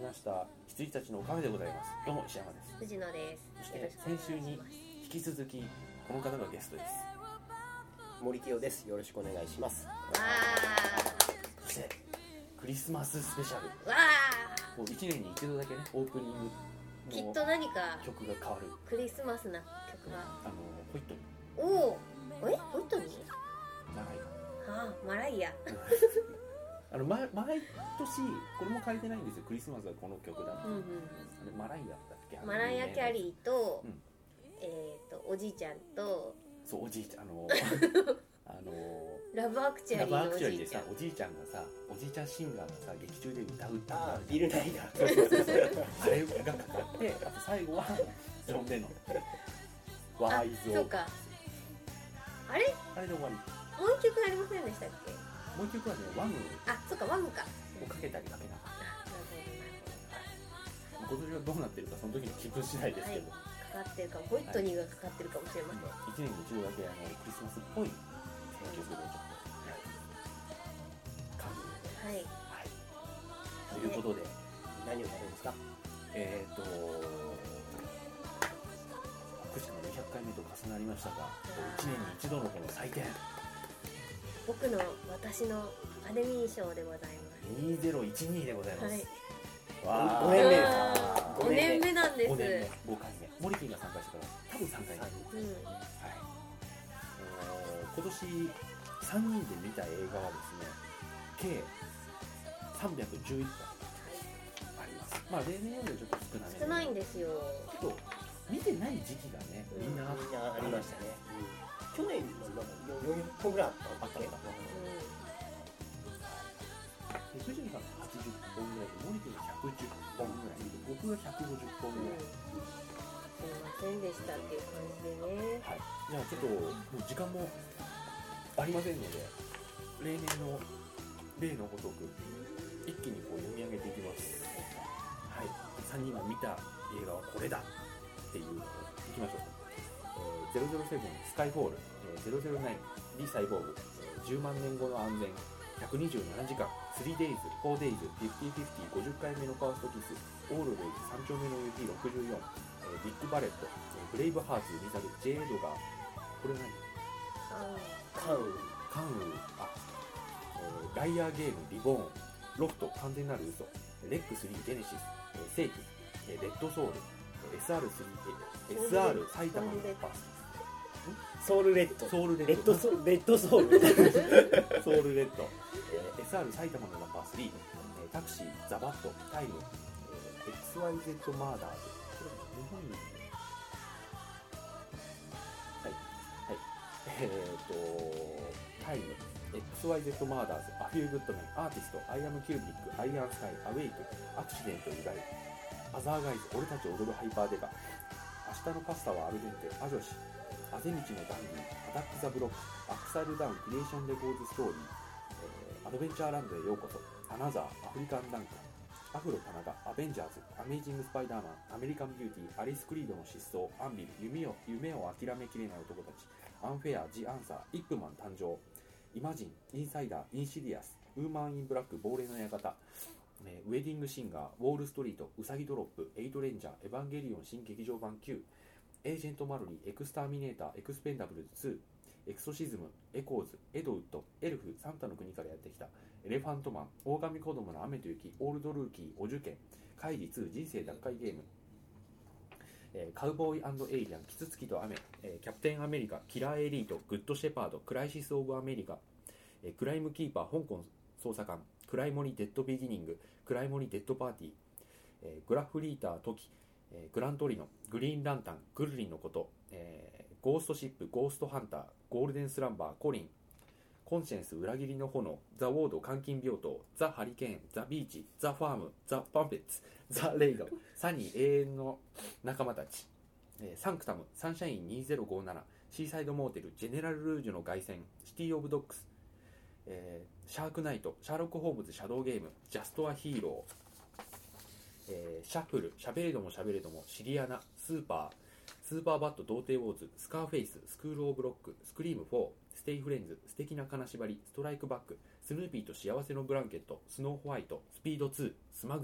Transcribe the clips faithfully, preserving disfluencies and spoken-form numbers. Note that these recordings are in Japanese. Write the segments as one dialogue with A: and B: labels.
A: ました羊たちのおかげでございます。どうも石山です。
B: 藤野です。
A: そして先週に引き続きこの方がゲストです。
C: 森清です。よろしくお願いします。
B: わ
A: そしてクリスマススペシャル。
B: ーわ
A: もういちねんに一度だけね、オープニング
B: ーきっ
A: の
B: と何か
A: 曲が変わる。
B: クリスマスな曲が。
A: あのホイットニ
B: おおえホイットニー
A: ー長い
B: ああマライア
A: あの、ま、毎年これも変えてないんですよ。クリスマスはこの曲だって、
B: うんうん
A: あれマライアだっけ。
B: マライア・キャリーと、
A: うん
B: えっ、ー、とおじいちゃんと
A: そうおじいちゃんあのあの
B: ラブアクチュア
A: ラブア
B: リーのお
A: クチュアリーでさ
B: じいちゃん、
A: おじいちゃんがさ、おじいちゃんシンガーがさ劇中で歌うって
C: ああ、ビルナイガー。
A: そうそうそうそうあれがかかって、あと最後はジョン・レノンワイズオ
B: そうかあれ
A: あれで終わり。
B: もう一曲ありませんでしたっけ。
A: もう一曲はね、ワム
B: あそうかワムか。
A: をかけたりかけなかっ
B: あなる
A: た。今年はどうなってるかその時の気分次第ですけど、
B: ほどかかってるかホイットニーがかかってるかもしれません、
A: いちねんに一度だけあのクリスマスっぽい曲をちょっと感じで、
B: はい
A: はい、ということで、
C: 何をやるんですか。
A: えーとくしくもにひゃっかいめと重なりましたが、いちねんに一度のこの祭典
B: 僕の私のアカデミー賞でございます。
A: にせんじゅういちでございます、
B: はい
A: わー
C: ごねんめです。
B: ごねんめなんです。
A: ごねんめごかいめ、モリキンが参加してから多分さんかいめ、はい、
B: うん
A: あのー今年さんにんで見た映画はですね計さんびゃくじゅういっぽんあります。まあ例年よりちょっと少なめ
B: 少ないんですよ。
A: ちょっと見てない時期がね、みんな
C: みんなありましたね。去年のなんかよんひゃっぽんぐらいあったっけ。
B: う
A: 藤野さんがはちじゅっぽんぐらいで、モリキンがひゃくじゅっぽんぐらいで、僕がひゃくごじゅっぽんぐらい、
B: ん、すいませんでしたっていう感じでね。
A: はい、じゃあちょっともう時間もありませんので、例年の例のごとく一気にこう読み上げていきます。はい、さんにんが見た映画はこれだっていうのをいきましょう。えー、ゼロゼロセブンスカイフォール、えー、ゼロゼロナインリサイボーグ、えー、じゅうまんねんごの安全、ひゃくにじゅうななじかん、スリーデイズ、フォーデイズ、フィフティーフィフティー、ごじゅっかいめのファーストキス、オールウェイズ、三丁目の雪ろくじゅうよん、えー、ビッグバレット、えー、ブレイブハーツ、リザル、ジェイ・エドガー、これ何
C: カウン。
A: カンウー、あ、えーライアーゲーム、リボーン、ロフト、完全なる嘘、レックスリー、ジェネシス、えーセイク、えーレッドソウル、エスアールスリー、えーエスアール 埼玉のパス、
C: ソウルレッド。
A: ソウルレッド
C: レッドソウルレッドソウル。
A: ソウルレッド、えー、エスアール 埼玉のナンバースリー、えータクシー、ザ・バット、タイム、えー、エックスワイゼット マーダーズ、これ日本にはいはいえーとタイム、エックスワイゼット マーダーズ、アフューグッドメン、アーティスト、アイアムキュービック、アイアンスカイ、アウェイク、アクシデント以外、アザーガイズ、俺たち踊るハイパーデカ、明日のパスタはアルデンテ、アジョシ、あぜ道のダンディ、アタック・ザ・ブロック、アクサルダウン、クリエーション・レコーズ・ストーリー、えーアドベンチャーランドへようこそ、アナザー、アフリカン・ダンク、アフロ・田中、アベンジャーズ、アメイジング・スパイダーマン、アメリカン・ビューティー、アリス・クリードの失踪、アンビル、夢を夢を諦めきれない男たち、アンフェア、ジ・アンサー、イップマン誕生、イマジン、インサイダー、インシディアス、ウーマン・イン・ブラック、亡霊の館、えーウェディング・シンガー、ウォール・ストリート、ウサギ・ドロップ、エイト・レンジャー、エヴァンゲリオン新劇場版 Q、エージェント・マロリー、エクスターミネーター、エクスペンダブルズツー、エクソシズム、エコーズ、エドウッド、エルフ、サンタの国からやってきた、エレファントマン、狼子供の雨と雪、オールドルーキー、お受験、カイジツー、人生奪回ゲーム、えーカウボーイ&エイリアン、キツツキと雨、えーキャプテンアメリカ、キラーエリート、グッドシェパード、クライシス・オブ・アメリカ、えークライムキーパー、香港捜査官、クライモリ・デッド・ビギニング、クライモリ・デッド・パーティー、えーグラフリーター・トキ、えーグラントリノ、グリーンランタン、グルリンのこと、えーゴーストシップ、ゴーストハンター、ゴールデンスランバー、コリン、コンシェンス、裏切りの炎、ザ・ウォード、監禁病棟、ザ・ハリケーン、ザ・ビーチ、ザ・ファーム、ザ・パンペッツ、ザ・レイド、サニー、永遠の仲間たち、えーサンクタム、サンシャインにせんごじゅうなな、シーサイドモーテル、ジェネラル・ルージュの凱旋、シティ・オブ・ドッグス、えーシャークナイト、シャーロック・ホームズ、シャドウゲーム、ジャスト・ア・ヒーロー、えーシャッフル、しゃべれどもしゃべれども、シリアナ、スーパー、スーパーバット、童貞ウォーズ、スカーフェイス、スクールオブロック、スクリームフォー、ステイフレンズ、素敵な金縛り、ストライクバック、スヌーピーと幸せのブランケット、スノーホワイト、スピードツー、スマグラー、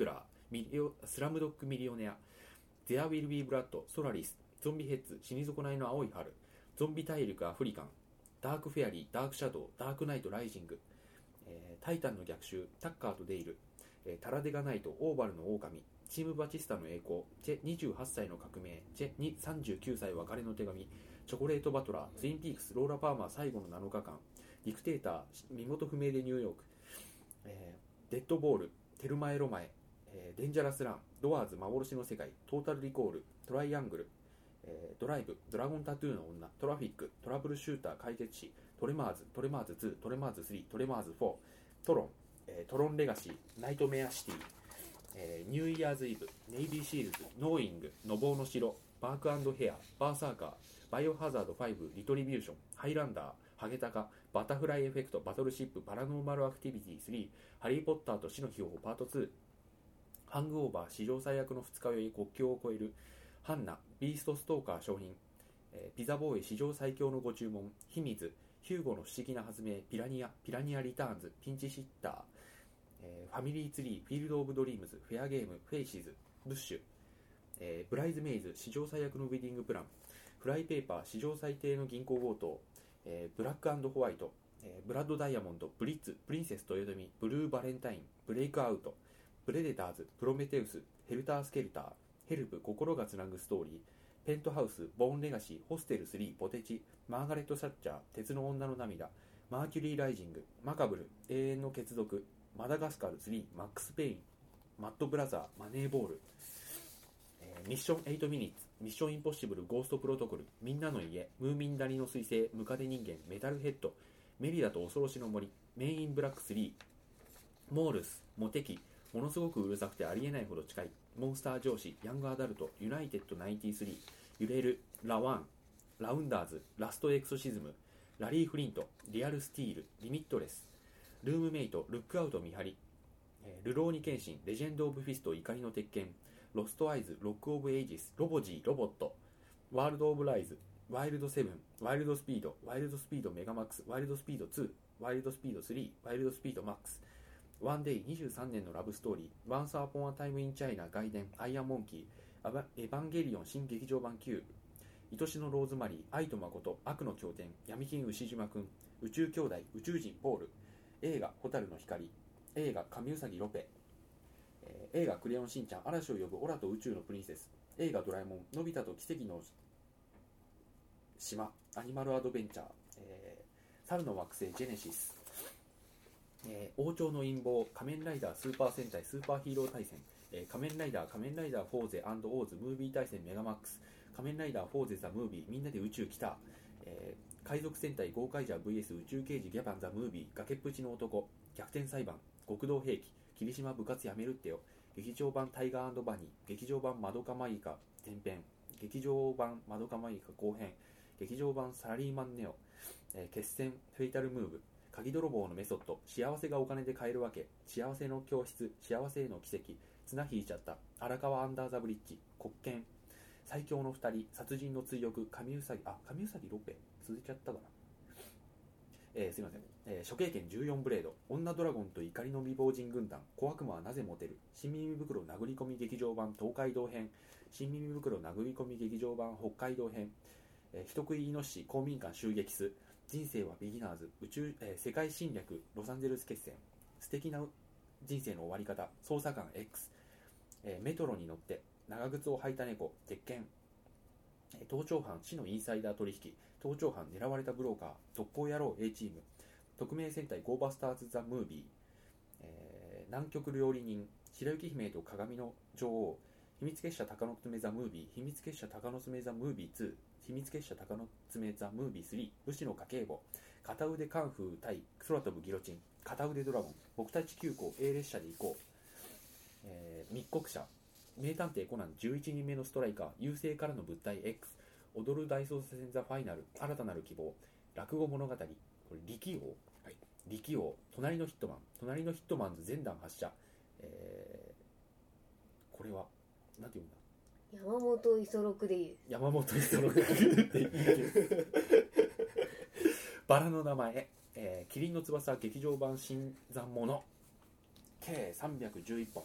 A: ミリオスラムドッグミリオネア、There Will Be Blood、ソラリス、ゾンビヘッズ、死に損ないの青い春、ゾンビ大陸アフリカン、ダークフェアリー、ダークシャドウ、ダークナイトライジング、えータイタンの逆襲、タッカーとデイル、えータラデガナイト、オーバルの狼、チームバチスタの栄光、チェにじゅうはっさいの革命、チェにさんじゅうきゅうさい別れの手紙、チョコレートバトラー、ツインピークス、ローラ・パーマー最後のなのかかん、ディクテーター、身元不明でニューヨーク、えーデッドボール、テルマエロマエ、えーデンジャラスラン、ドワーズ幻の世界、トータルリコール、トライアングル、えードライブ、ドラゴンタトゥーの女、トラフィック、トラブルシューター解決士、トレマーズ、トレマーズツー、トレマーズスリー、トレマーズフォー、トロン、えートロンレガシー、ナイトメアシティ、えーニューイヤーズイブ、ネイビーシールズ、ノーイング、ノボーの城、バーク&ヘア、バーサーカー、バイオハザードファイブ、リトリビューション、ハイランダー、ハゲタカ、バタフライエフェクト、バトルシップ、パラノーマルアクティビティスリー、ハリーポッターと死の秘宝パートツー、ハングオーバー、史上最悪の二日酔い、国境を越える、ハンナ、ビーストストーカー商品、えーピザボーイ史上最強のご注文、秘密、ヒューゴの不思議な発明、ピラニア、ピラニアリターンズ、ピンチシッター、えーファミリーツリー、フィールドオブドリームズ、フェアゲーム、フェイシズ、ブッシュ、えーブライズメイズ、史上最悪のウェディングプラン、フライペーパー、史上最低の銀行強盗、えーブラック&ホワイト、えーブラッドダイヤモンド、ブリッツ、プリンセス豊臣、ブルーバレンタイン、ブレイクアウト、プレデターズ、プロメテウス、ヘルタースケルター、ヘルプ、心がつなぐストーリー、ペントハウス、ボーンレガシー、ホステルスリー、ポテチ、マーガレット・サッチャー、鉄の女の涙、マーキュリー・ライジング、マカブル、永遠の血族、マダガスカルスリー、マックス・ペイン、マッド・ブラザー、マネーボール、えーミッションエイトミニッツ、ミッションインポッシブル、ゴーストプロトコル、みんなの家、ムーミン谷の彗星、ムカデ人間、メタルヘッド、メリダと恐ろしの森、メイン・イン・ブラックスリー、モールス、モテキ、ものすごくうるさくてありえないほど近い、モンスター上司、ヤングアダルト、ユナイテッドナインティスリー、揺れる、ラワン、ラウンダーズ、ラストエクソシズム、ラリー・フリント、リアル・スティール、リミットレス、ルームメイト、ルックアウト見張り、えールローニケンシン、レジェンド・オブ・フィスト、怒りの鉄拳、ロスト・アイズ、ロック・オブ・エイジス、ロボジー、ロボット、ワールド・オブ・ライズ、ワイルド・セブン、ワイルド・スピード、ワイルド・スピード・メガマックス、ワイルド・スピードツー、ワイルド・スピードスリー、ワイルド・スピード・マックス、ワンデイにじゅうさんねんのラブストーリー、ワンサーポンアタイムインチャイナ、外伝、アイアンモンキー、アバエヴァンゲリオン新劇場版きゅう、愛しのローズマリー、愛と誠、悪の経典、闇金牛島くん、宇宙兄弟、宇宙人ポール、映画蛍の光、映画神ウサギロペ、えー映画クレヨンしんちゃん、嵐を呼ぶオラと宇宙のプリンセス、映画ドラえもん、のび太と奇跡の島、アニマルアドベンチャー、えー猿の惑星ジェネシス、えー王朝の陰謀、仮面ライダースーパー戦隊スーパーヒーロー対戦、えー仮面ライダー仮面ライダーフォーゼ&オーズムービー対戦メガマックス、仮面ライダーフォーゼザムービーみんなで宇宙来た、えー海賊戦隊ゴーカイジャー ブイエス 宇宙刑事ギャバンザムービー崖っぷちの男、逆転裁判、極道兵器、霧島部活やめるってよ、劇場版タイガー&バニー、劇場版マドカマギカ前編、劇場版マドカマギカ後編、劇場版サラリーマンネオ、えー決戦フェイタルムーブ、鍵泥棒のメソッド、幸せがお金で買えるわけ、幸せの教室、幸せへの奇跡、綱引いちゃった、荒川アンダーザブリッジ、国権、最強の二人、殺人の追憶、神ウサギ、あ、神ウサギロペ、続いちゃったかな。えー、すいません、えー、処刑権じゅうよんブレード、女ドラゴンと怒りの未亡人軍団、小悪魔はなぜモテる、新耳袋殴り込み劇場版東海道編、新耳袋殴り込み劇場版北海道編、えー、人食いイノシシ公民館襲撃す、人生はビギナーズ、宇宙、えー世界侵略ロサンゼルス決戦、素敵な人生の終わり方、捜査官 X、えーメトロに乗って長靴を履いた猫、鉄拳、えー盗聴犯死のインサイダー取引、盗聴犯狙われたブローカー、特攻野郎 A チーム、特命戦隊ゴーバスターズ・ザ・ムービー、えー南極料理人、白雪姫と鏡の女王、秘密結社鷹の爪ザ・ムービー、秘密結社鷹の爪ザ・ムービーツー、秘密結社鷹の爪ザ・ムービースリー、武士の家計簿、片腕カンフー対空飛ぶギロチン、片腕ドラゴン、僕たち急行 A 列車で行こう、えー密告者、名探偵コナンじゅういちにんめのストライカー、優勢からの物体 X、踊る大捜査線ザ・ファイナル、新たなる希望、落語物語、これ力王、はい、力王、隣のヒットマン、隣のヒットマンズ全弾発射、えー、これはなんていうんだ、
B: 山本五十六でいいです。
A: 山本五十六っていいですバラの名前、えー、キリンの翼劇場版新参者計さんびゃくじゅういっぽん、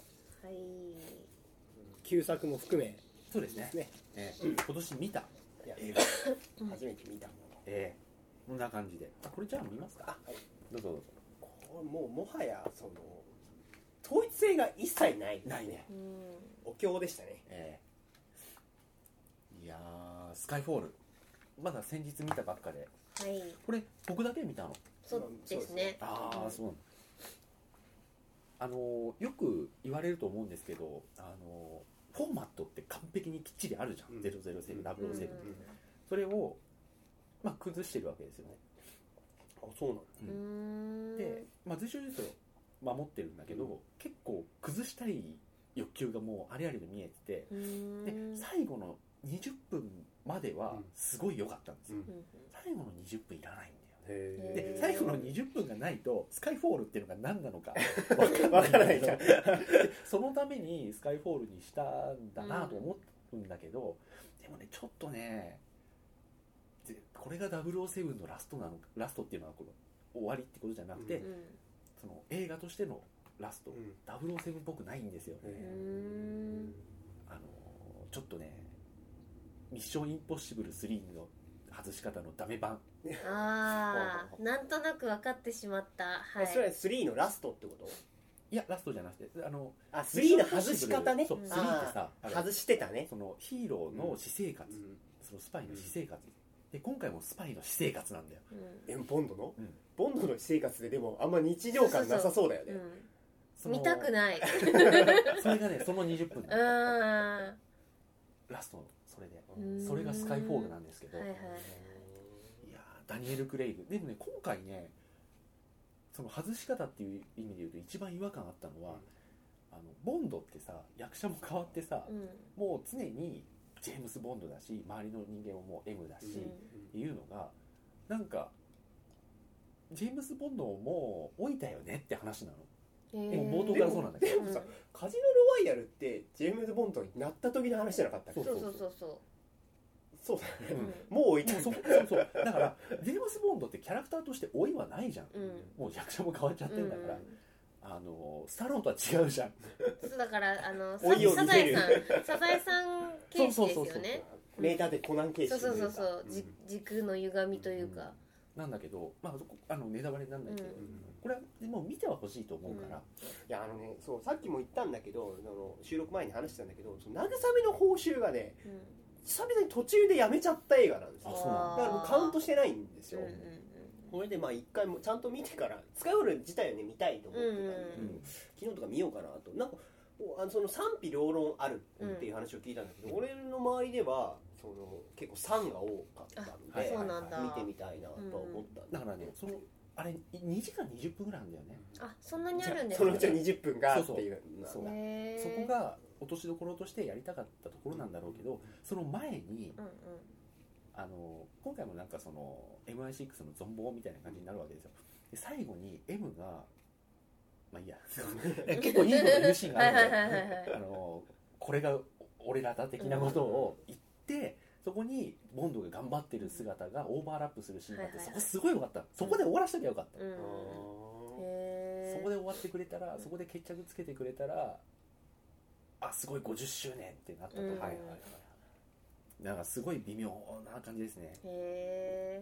B: はい
C: 旧作も含め
A: そうですね
C: ね、
A: えー今年見た
C: いや
A: 映画
C: 初めて見たもの、
A: えー、こんな感じであこれじゃあ見ますか
C: あ、はい、
A: どうぞどうぞ
C: これもうもはやその統一性が一切ないですね。
A: ないね
B: うん
C: お経でしたね。
A: えー、いやースカイフォールまだ先日見たばっかで
B: はい
A: これ僕だけ見たの
B: そうですね
A: ああそうなんだあのーよく言われると思うんですけどあのーフォーマットって完璧にきっちりあるじゃん、
C: うん、
A: ゼロゼロセブン、ダブルオーセブン、
B: うん
A: それを、まあ、崩してるわけですよね、
C: あ、そうなんだ。
B: うーん
A: で、まあ、随所随所守ってるんだけど、
C: うん
A: 結構崩したい欲求がもうあれあれで見えてて
B: うーん
A: で最後のにじゅっぷんまではすごい良かったんですよ、
C: うん
B: うん
A: 最後のにじゅっぷんいらないんだよ
C: へ
A: で最後のにじゅっぷんがないとスカイフォールっていうのが何なのか
C: ーわからないじゃん。
A: そのためにスカイフォールにしたんだなと思うんだけど、でもねちょっとねでこれがダブルオーセブンのラストなのかラストっていうのはこの終わりってことじゃなくて、
C: うん
A: その映画としてのラスト、
C: うん
A: ダブルオーセブンっぽくないんですよね、
B: うーん
A: あのちょっとねミッションインポッシブルスリーの外し方のダメ版
B: ああなんとなく分かってしまったはい
C: それはスリーのラストってこと？
A: いやラストじゃなくてあの
C: あ、スリーの外し方ね。
A: そう
B: うん
A: スリーってさあれ
C: 外してたね。
A: そのヒーローの私生活、
C: うん
A: そのスパイの私生活、で今回もスパイの私生活なんだよ、
B: うん
C: え、ボンドの
A: うん
C: ボンドの私生活ででもあんま日常感なさそうだよね。
B: うん
A: その
B: 見たくない
A: それがねそのにじゅっぷん
B: あー
A: ラストそれで
B: うん
A: それがスカイフォールなんですけど、
B: はいはい
A: いやーダニエル・クレイグでもね今回ねその外し方っていう意味で言うと一番違和感あったのは、あのボンドってさ役者も変わってさ、
B: うん
A: もう常にジェームス・ボンドだし周りの人間ももう エム だし、
B: うん
A: っていうのがなんかジェームス・ボンドをもう老いたよねって話なの、
B: へー
A: もう冒頭からそうなんだけど
C: でもさ、カジノロワイヤルってジェームズ・ボンドになった時の話じゃなかったっけ？
B: そうそうそうそう
C: そうだよね。
A: うん
C: もう置いた
A: もうそそうそうだからジェームス・ボンドってキャラクターとして老いはないじゃん、
B: うん
A: もう役者も変わっちゃってんだから、
B: うん
A: あのスタローンとは違うじゃん
B: そうだからあの
C: 老いを見せる
B: サザエさんサザエさん形式ですよね
C: 名探偵コナン形式
B: そうそうそうそう、
C: うん
B: じ時空の歪みというか、
A: なんだけど、まあ、そこあのネタバレにならないけど、
B: うん
A: これはもう見てはほしいと思うから、
C: いやあのね、そうさっきも言ったんだけど、あの収録前に話してたんだけど、その慰めの報酬がね、
B: うん
C: 久々に途中でやめちゃった映画なんですよ。
A: あそうなん
C: だからもうカウントしてないんですよ。
B: うんうん
C: これでまあ一回もちゃんと見てから、スカイウォール自体はね見たいと思ってたんで、
B: うん
C: 昨日とか見ようかなと。なんかおあのその賛否両論あるっていう話を聞いたんだけど、
A: うん
C: 俺の周りではその結構賛が多かったん
B: あ
C: で、
B: そうなんだ
C: 見てみたいなとは思ったん
A: だからねそのあれにじかんにじゅっぷんぐらいあるんだよね、
B: あそんなにあるんです
C: そのうちのにじゅっぷんがっていう
A: そうそう
C: なんだ
B: へー
A: そこが落としどころとしてやりたかったところなんだろうけど、その前に
B: うんうん
A: あの今回もなんかその エムアイシックス の存亡みたいな感じになるわけですよ。で最後に M がまあいいや結構いいこと言うシーンがあ
B: はい
A: るんだよ
B: はいはいはい
A: あのこれが俺らだ的なことを言って、そこにボンドが頑張ってる姿がオーバーラップするシーンがあって、
B: はいはいはい
A: そこすごい良かった。そこで終わらしときゃよかった、
B: うんうんへー
A: そこで終わってくれたら、そこで決着つけてくれたら、あすごいごじゅっしゅうねんってなったと思う、
B: うん
A: はいはいはいなんかすごい微妙な感じですね、
B: へ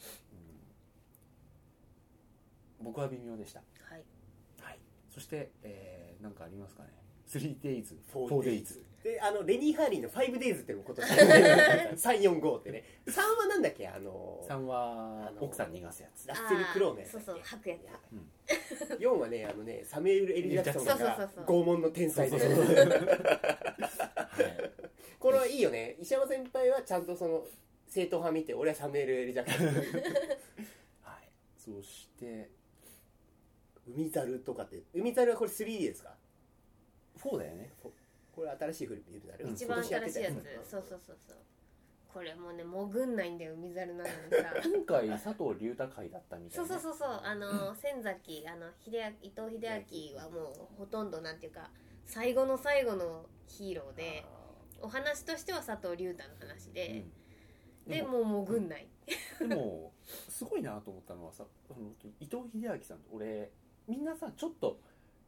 A: うん、僕は微妙でした。
B: ーはい
A: はい、そして、えー、なんかありますかね。スリー days、
C: フォー
A: フォー
C: デ
A: days
C: イズで、あのレニー・ハーリーのファイブデイズっていうのも今年さんよんごってね。さんはなんだっけ、あの
A: さんは
C: あの
A: 奥さん逃がすやつ。
C: ラッセル・クロウのやつだっけ。
B: あーそうそう吐くやつ
C: よんはね、あのね、サミュエル・エリ・ジャクソン
B: そうそう
C: が
B: そうそう
C: 拷問の天才で
A: そうそうそう
C: これはいいよね。石山先輩はちゃんとその正統派見て、俺はサミュエル・エリ・ジャクソン
A: はい、そして
C: 海猿とかって、海猿はこれ スリーディー ですか？
A: フォーだよね。
C: これ新しいフィルムだよ。
B: 一番新しいやつ、
C: 今年やって
B: そうそうそうそうこれもうね潜んないんだよ海猿なのにさ
A: 今回佐藤隆太会だったみたいな。
B: そうそうそうそうあの千崎あの秀明伊藤英明はもうほとんどなんていうか最後の最後のヒーロー
C: た
B: でお話としては佐藤隆太の話で、
A: うん、
B: で
A: でも
B: もう潜んない
A: でもすごいなと思ったのはさ、あの伊藤英明さんと俺みんなさちょっと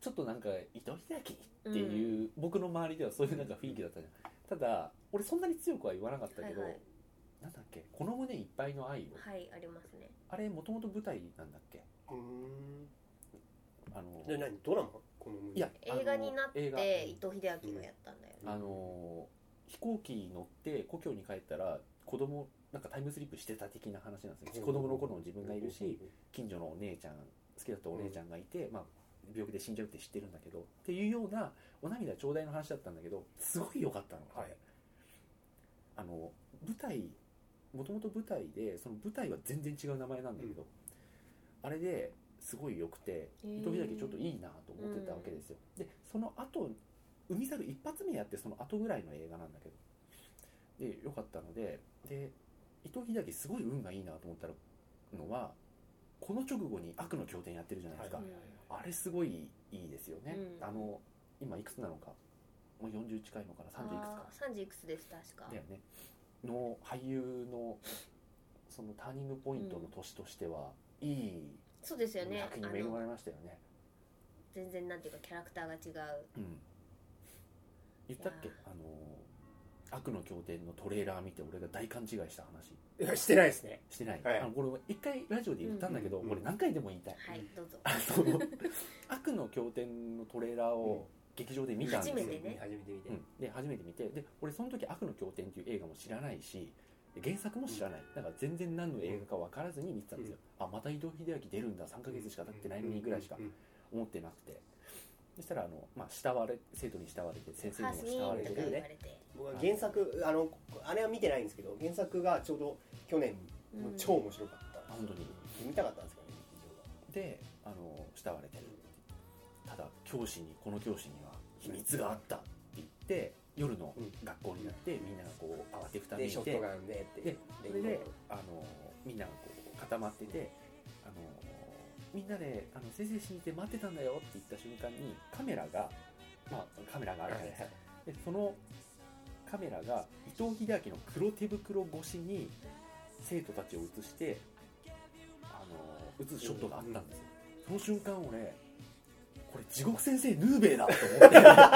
A: ちょっとなんか伊藤英明っていう、うん、僕の周りではそういうなんか雰囲気だったじゃん。ただ俺そんなに強くは言わなかったけど、はいはい、なんだっけ、この胸いっぱいの愛を、
B: はいありますね。
A: あれもともと舞台なんだっけ。
C: うーん、
A: あの
C: で何ドラマこの胸。
B: いや映画になって伊藤英明がやったんだよ、
A: うん、あの飛行機乗って故郷に帰ったら子供なんかタイムスリップしてた的な話なんですよ。子供の頃の自分がいるし、近所のお姉ちゃん、好きだったお姉ちゃんがいて、まあ病気で死んじゃうって知ってるんだけどっていうようなお涙ちょうだいの話だったんだけど、すごい良かったの、はい、あの舞台もともと舞台で、その舞台は全然違う名前なんだけど、うん、あれですごい良くて伊藤英明ちょっといいなと思ってたわけですよ、うん、でその後海猿一発目やってその後ぐらいの映画なんだけど、で良かったので、で伊藤英明すごい運がいいなと思ったのは、この直後に悪の経典やってるじゃないですか、はいはいはい、あれすごいいいですよね、うん、あの今いくつなのか、もうよんじゅう近いのかな、さんじゅういくつか、
B: さんじゅういくつです確か
A: だよね、の俳優のそのターニングポイントの年としては、うん、いい
B: そうですよね、
A: 作品に恵まれましたよね。
B: 全然なんていうかキャラクターが違う、
A: うん、言ったっけ、あの悪の経典のトレーラー見て俺が大勘違いした話。
C: いやしてないですね。
A: してない、はい、あのこれ一回ラジオで言ったんだけど、うんうん、俺何回でも言いたい、
B: はいどうぞ。
A: あの悪の経典のトレーラーを劇場で見たんですよ、
B: 初めてね、
C: 初めて見て、
A: うん、で初めて見て、で俺その時悪の経典っていう映画も知らないし原作も知らない、だから全然何の映画か分からずに見てたんですよ、うん、あまた伊藤英明出るんだ、さんかげつしか経ってないのにぐらいしか思ってなくて、そしたらあの、まあ、慕われ生徒に慕われて先生にも慕われてるね。
C: 僕は原作あのあれは見てないんですけど、原作がちょうど去年も超面白かった、
A: うん、本当に
C: 見たかったんですかね、
A: であの慕われてる、ただ教師にこの教師には秘密があったって言って夜の学校になって、みんながこう慌てふためいて、
C: でショットガンでって
A: でそれであのみんながこう固まってて、あのみんなであの先生死にて待ってたんだよって言った瞬間にカメラが、まあ、カメラがあるじゃないですか、でそのカメラが伊藤英明の黒手袋越しに生徒たちを映してあの映すショットがあったんですよ、うん、その瞬間俺これ地獄先生ヌーベイだと思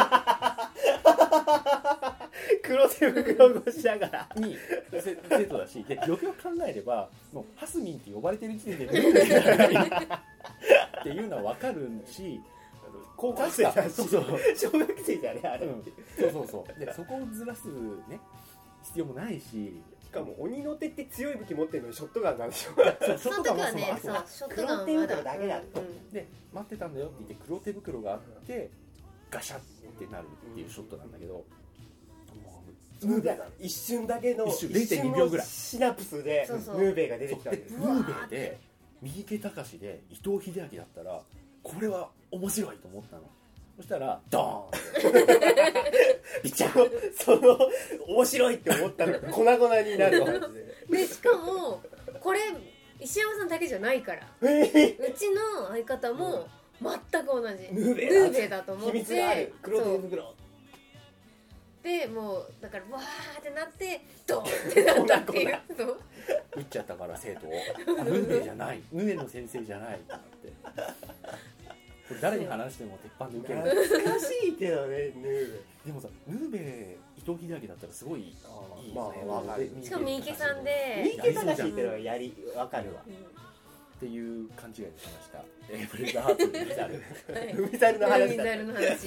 A: って
C: 黒手袋越しながら
A: に生徒だし、でよくよく考えればもうハスミンって呼ばれてる時点でヌーベイじゃないっていうのは分かるし、
C: 高校生だし、
A: そうそう
C: 小学生じゃねあれ、うん、
A: そうそうそうでそこをずらすね必要もないし、
C: しかも鬼の手って強い武器持ってるのにショットガンなんでしょ
B: その時はね、そうショットガンは
C: 黒手袋だけだと、
B: うん、
A: で待ってたんだよって言って黒手袋があってガシャってなるっていうショットなんだけど、
C: ヌーベイが一瞬だけの
A: 一瞬 れいてんにびょうぐらい
C: シナプスで
B: そうそう
C: ヌーベイが出てきたんです。
A: ヌーベイで三池崇史で伊藤英明だったらこれは面白いと思ったの。そしたらドーン
C: 一応その面白いって思ったのが粉々になるわけ
B: で、しかもこれ石山さんだけじゃないから、
C: えー、
B: うちの相方も全く同じ、
C: うん、ヌーベイ だ,
B: ヌーベイだと思って、
C: 秘密がある黒手袋
B: でもうだからわーってなってドーンってなったっていう
A: 撃っちゃったから生徒をヌーベイじゃないヌーベイの先生じゃないってなってこれ誰に話しても鉄板で受ける。
C: 懐かしいけどねヌーベイ
A: でもさヌーベイ伊藤英明だったらすごいいいですね、
C: まあまあ、
B: しかも三池さんで
C: 三池隆史ってのはやり分かるわ、うん、
A: っていう勘違いでしました、えー、ブレザーハーツの海猿
C: 海猿の話だ
B: 海猿の話はい、はい、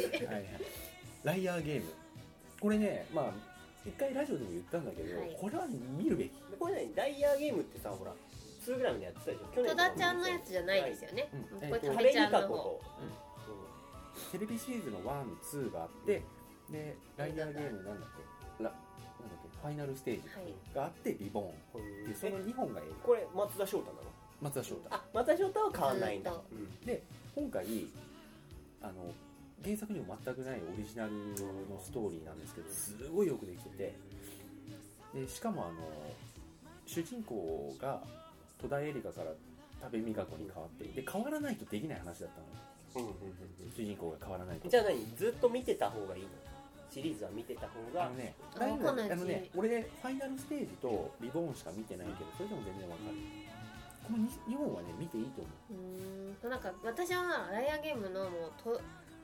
A: ライアーゲームこれね、まあ一回ラジオでも言ったんだけど、はい、これは見るべき。
C: これ何ライアーゲームってさ、ほらツーグラムでやってたでしょ。去年
B: 戸田ちゃんのやつじゃないですよね、うん、これ
C: 食
B: べちゃんの方、
A: うん、テレビシリーズのワン、ツーがあってでライアーゲームなんだっけラなんだっけファイナルステージがあってリボーンでそのにほんが映画。
C: これ松田翔太なの？
A: 松田翔太。
C: あ、松田翔太は変わんないんだ、
A: うん、で今回あの原作にも全くないオリジナルのストーリーなんですけどすごいよくできてて、でしかもあの主人公が戸田恵梨香から多部未華子に変わってで変わらないとできない話だったの、うんうんうんうん、主人公が変わらないと。
C: じゃあ何ずっと見てた方がいいの？シリーズは見てた方が。
A: あのね、ああのね俺ファイナルステージとリボーンしか見てないけどそれでも全然わかる。このにほんはね見ていいと思う。
B: うーんなんか私はライアーゲームのもうと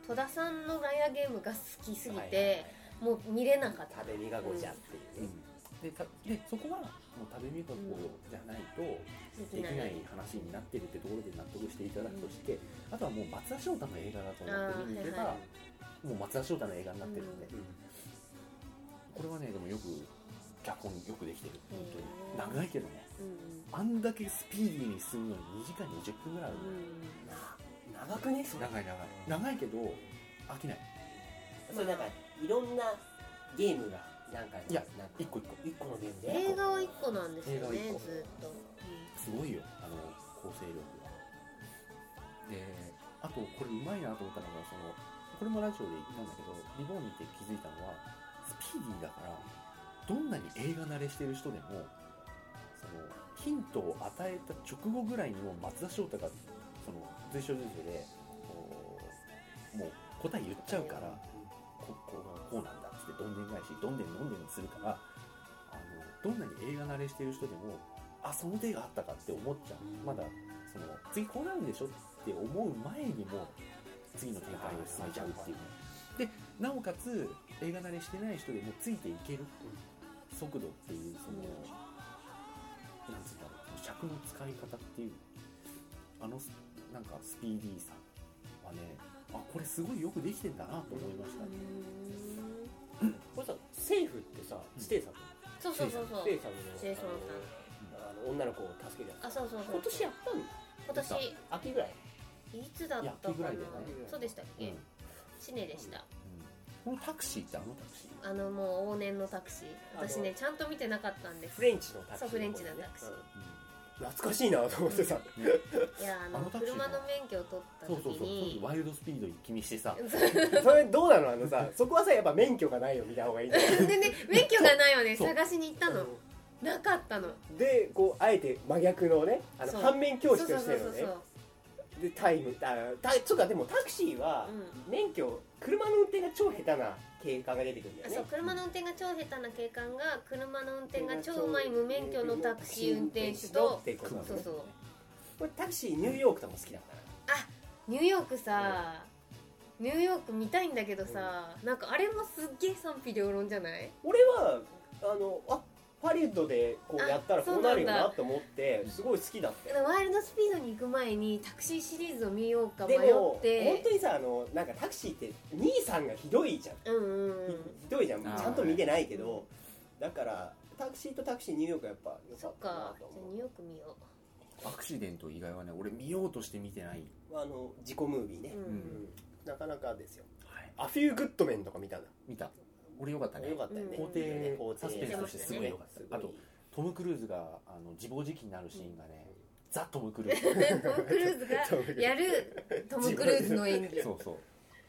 B: 戸田さんのライアーゲームが好きすぎて、
C: はいはいはい、
B: もう見れなかった。
C: 食べみがごじゃっていうね、
A: うん、で, たでそこはもう食べみがごじゃないとできない話になってるってところで納得していただくとして、うん、あとはもう松田翔太の映画だと思って見に行けば、はいはい、もう松田翔太の映画になってるんで、うん、これはねでもよく脚本よくできてる本当に長いけどね、うん、あんだけスピーディーに進むのににじかんにじゅっぷんぐらいあるんだよ、
C: うん、長くねそれ
A: 長い長い長いけど飽きない。
C: それなんかいろんなゲームがなんか
A: いや
C: なんか
A: 一個一個
C: 一個のゲームで
B: 映画はいっこなんですよねずっと、うん、
A: すごいよあの構成力が。であとこれうまいなと思ったのがそのこれもラジオで言ったんだけどリボン見て気づいたのはスピーディーだからどんなに映画慣れしてる人でもそのヒントを与えた直後ぐらいにも松田翔太がその随所随所でこうもう答え言っちゃうからここがこうなんだってどんでん返しどんでんどんでんするからあのどんなに映画慣れしてる人でもあその手があったかって思っちゃう。まだその次こうなるんでしょって思う前にも次の展開を進めちゃうっていうね。でなおかつ映画慣れしてない人でもついていける速度っていうその、うん、なんつうんだろう尺の使い方っていうあのなんかスピーディーさはねあこれすごいよくできてんだなと思いましたね。
C: これさセーフってさステイさん、
B: そうそうそうそう
C: ステイさんの
B: ステイさん
C: あの女の子を助けるやつ。
B: あそうそうそう
C: 今年やったの？
B: 今年
C: 秋ぐらい
B: いつだったかな、
A: 秋ぐらいだよね。
B: そうでしたっけ、
A: うん、
B: シネでした、
A: うん、このタクシーってあのタクシー
B: あのもう往年のタクシー私ねちゃんと見てなかったんです。
C: フレンチのタクシー、
B: そうフレンチのタクシー、
C: うん、懐かしいなと思ってさ、
B: うん、いやあの車の免許を取った時にそうそうそう
A: ワイルドスピード一気見してさ
C: それどうなのあのさそこはさやっぱ免許がないよ見た方がいいんだよ
B: でね免許がないよね探しに行ったの、うん、なかったの
C: でこうあえて真逆のねあの反面教師としてのねでタイムあたちょっとでもタクシーは免許、うん、車の運転が超下手な警官が出てくるんだよね。
B: そう車の運転が超下手な警官が車の運転が超うまい無免許のタクシー運転手とそうそう
C: これタクシーニューヨークとも好きだから
B: あニューヨークさ、うん、ニューヨーク見たいんだけどさ、うん、なんかあれもすっげえ賛否両論じゃない？
C: 俺はあのあハリウッドでこうやったらこうなるよなと思ってすごい好きだったよ。
B: ワイルドスピードに行く前にタクシーシリーズを見ようか迷って。
C: でも本当にさあのなんかタクシーって兄さんがひどいじゃん、うんうんうん、ひどいじゃんちゃんと見てないけど、だからタクシーとタクシーニューヨークはやっぱ良かったなと思う。
B: そっかじゃあニューヨーク見よう。
A: アクシデント以外はね俺見ようとして見てない。
C: あの事故ムービーね、うんうん、なかなかですよ、
A: はい、
C: アフィー・グッドメンとか見たんだ。
A: 見た俺よかったね。
C: よかったよね。
A: 法廷サスペンスとしてすごいよかった。あとトム・クルーズがあの自暴自棄になるシーンがね、うん、ザ・トム・クルーズ
B: トム・クルーズがやるトム・クルーズの演技
A: そうそう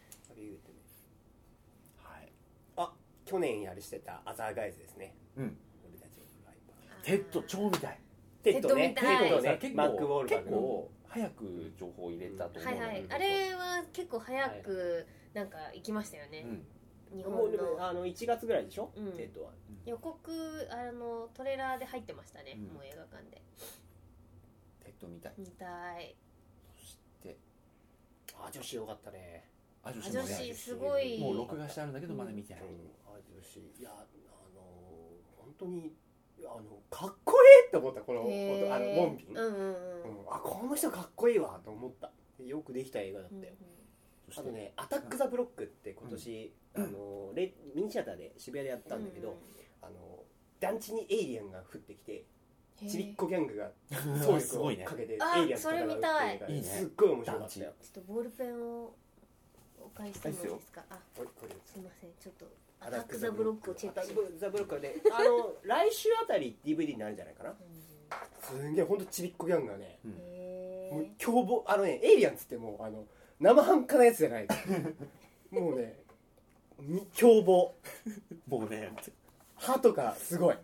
C: はい。あ去年やりしてたアザーガイズですね。うん俺たち
A: テッド超見たい。
C: テッドね
B: テッドね
A: 結構マックウォールバーグ結構早く情報を入れたと思う、うん、はいはい
B: あれは結構早くなんか行きましたよね、うん
C: 日本のもうでもあのいちがつぐらいでしょ、うん、テッドは
B: 予告あのトレーラーで入ってましたね、うん、もう映画館で
A: テッド見たい
B: 見たい。
A: そして
C: あ女子よかったね。
B: あ女子も、ね、女子すごい
A: もう録画してあるんだけどまだ見てない、うん、
C: あ女子いやあの本当にあのかっこいいって思ったこのあのモンビン、うんうんうんうん、あこの人かっこいいわと思った。よくできた映画だったよ、うんうんあとね、アタック・ザ・ブロックって今年、うん、あのレミニシアターで渋谷でやったんだけど、うん、あの団地にエイリアンが降ってきてちびっこギャングが総力をかけてエイリアンと戦うっていうのがすっごい面白かったよ。
B: ちょっとボールペンをお返してもいいですか。あすいませんちょっとアタック・ザ・ブロックをチェックして。アタック・
C: ザ・ブロックであの来週あたり ディーブイディー になるんじゃないかな、うん、すんげえほんとちびっこギャングがね、うん、もう凶暴あのねエイリアンっつってもあの生半可なやつじゃないもうね凶暴
A: もうね
C: 歯とかすごい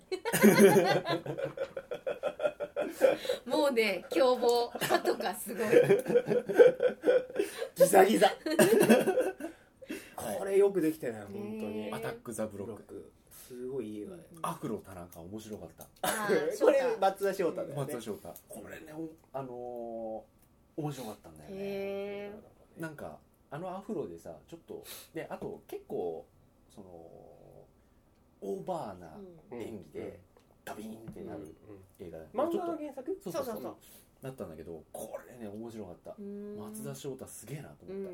B: もうね凶暴歯とかすごい
C: ギザギザこれよくできてない本当に。
A: アタック・ザ・ブロック
C: すごいいい映画で、
A: うん、アフロ田中面白かった
C: これ松田翔太だよね。
A: 松田翔太これねあのー、面白かったんだよね。へなんかあのアフロでさちょっとであと結構そのオーバーな演技でダビーンってなる映画だ、
C: 漫画の原作？
A: そうそうそう
B: そうそう
A: だったんだけど、これね面白かった。松田翔太すげえなと思った。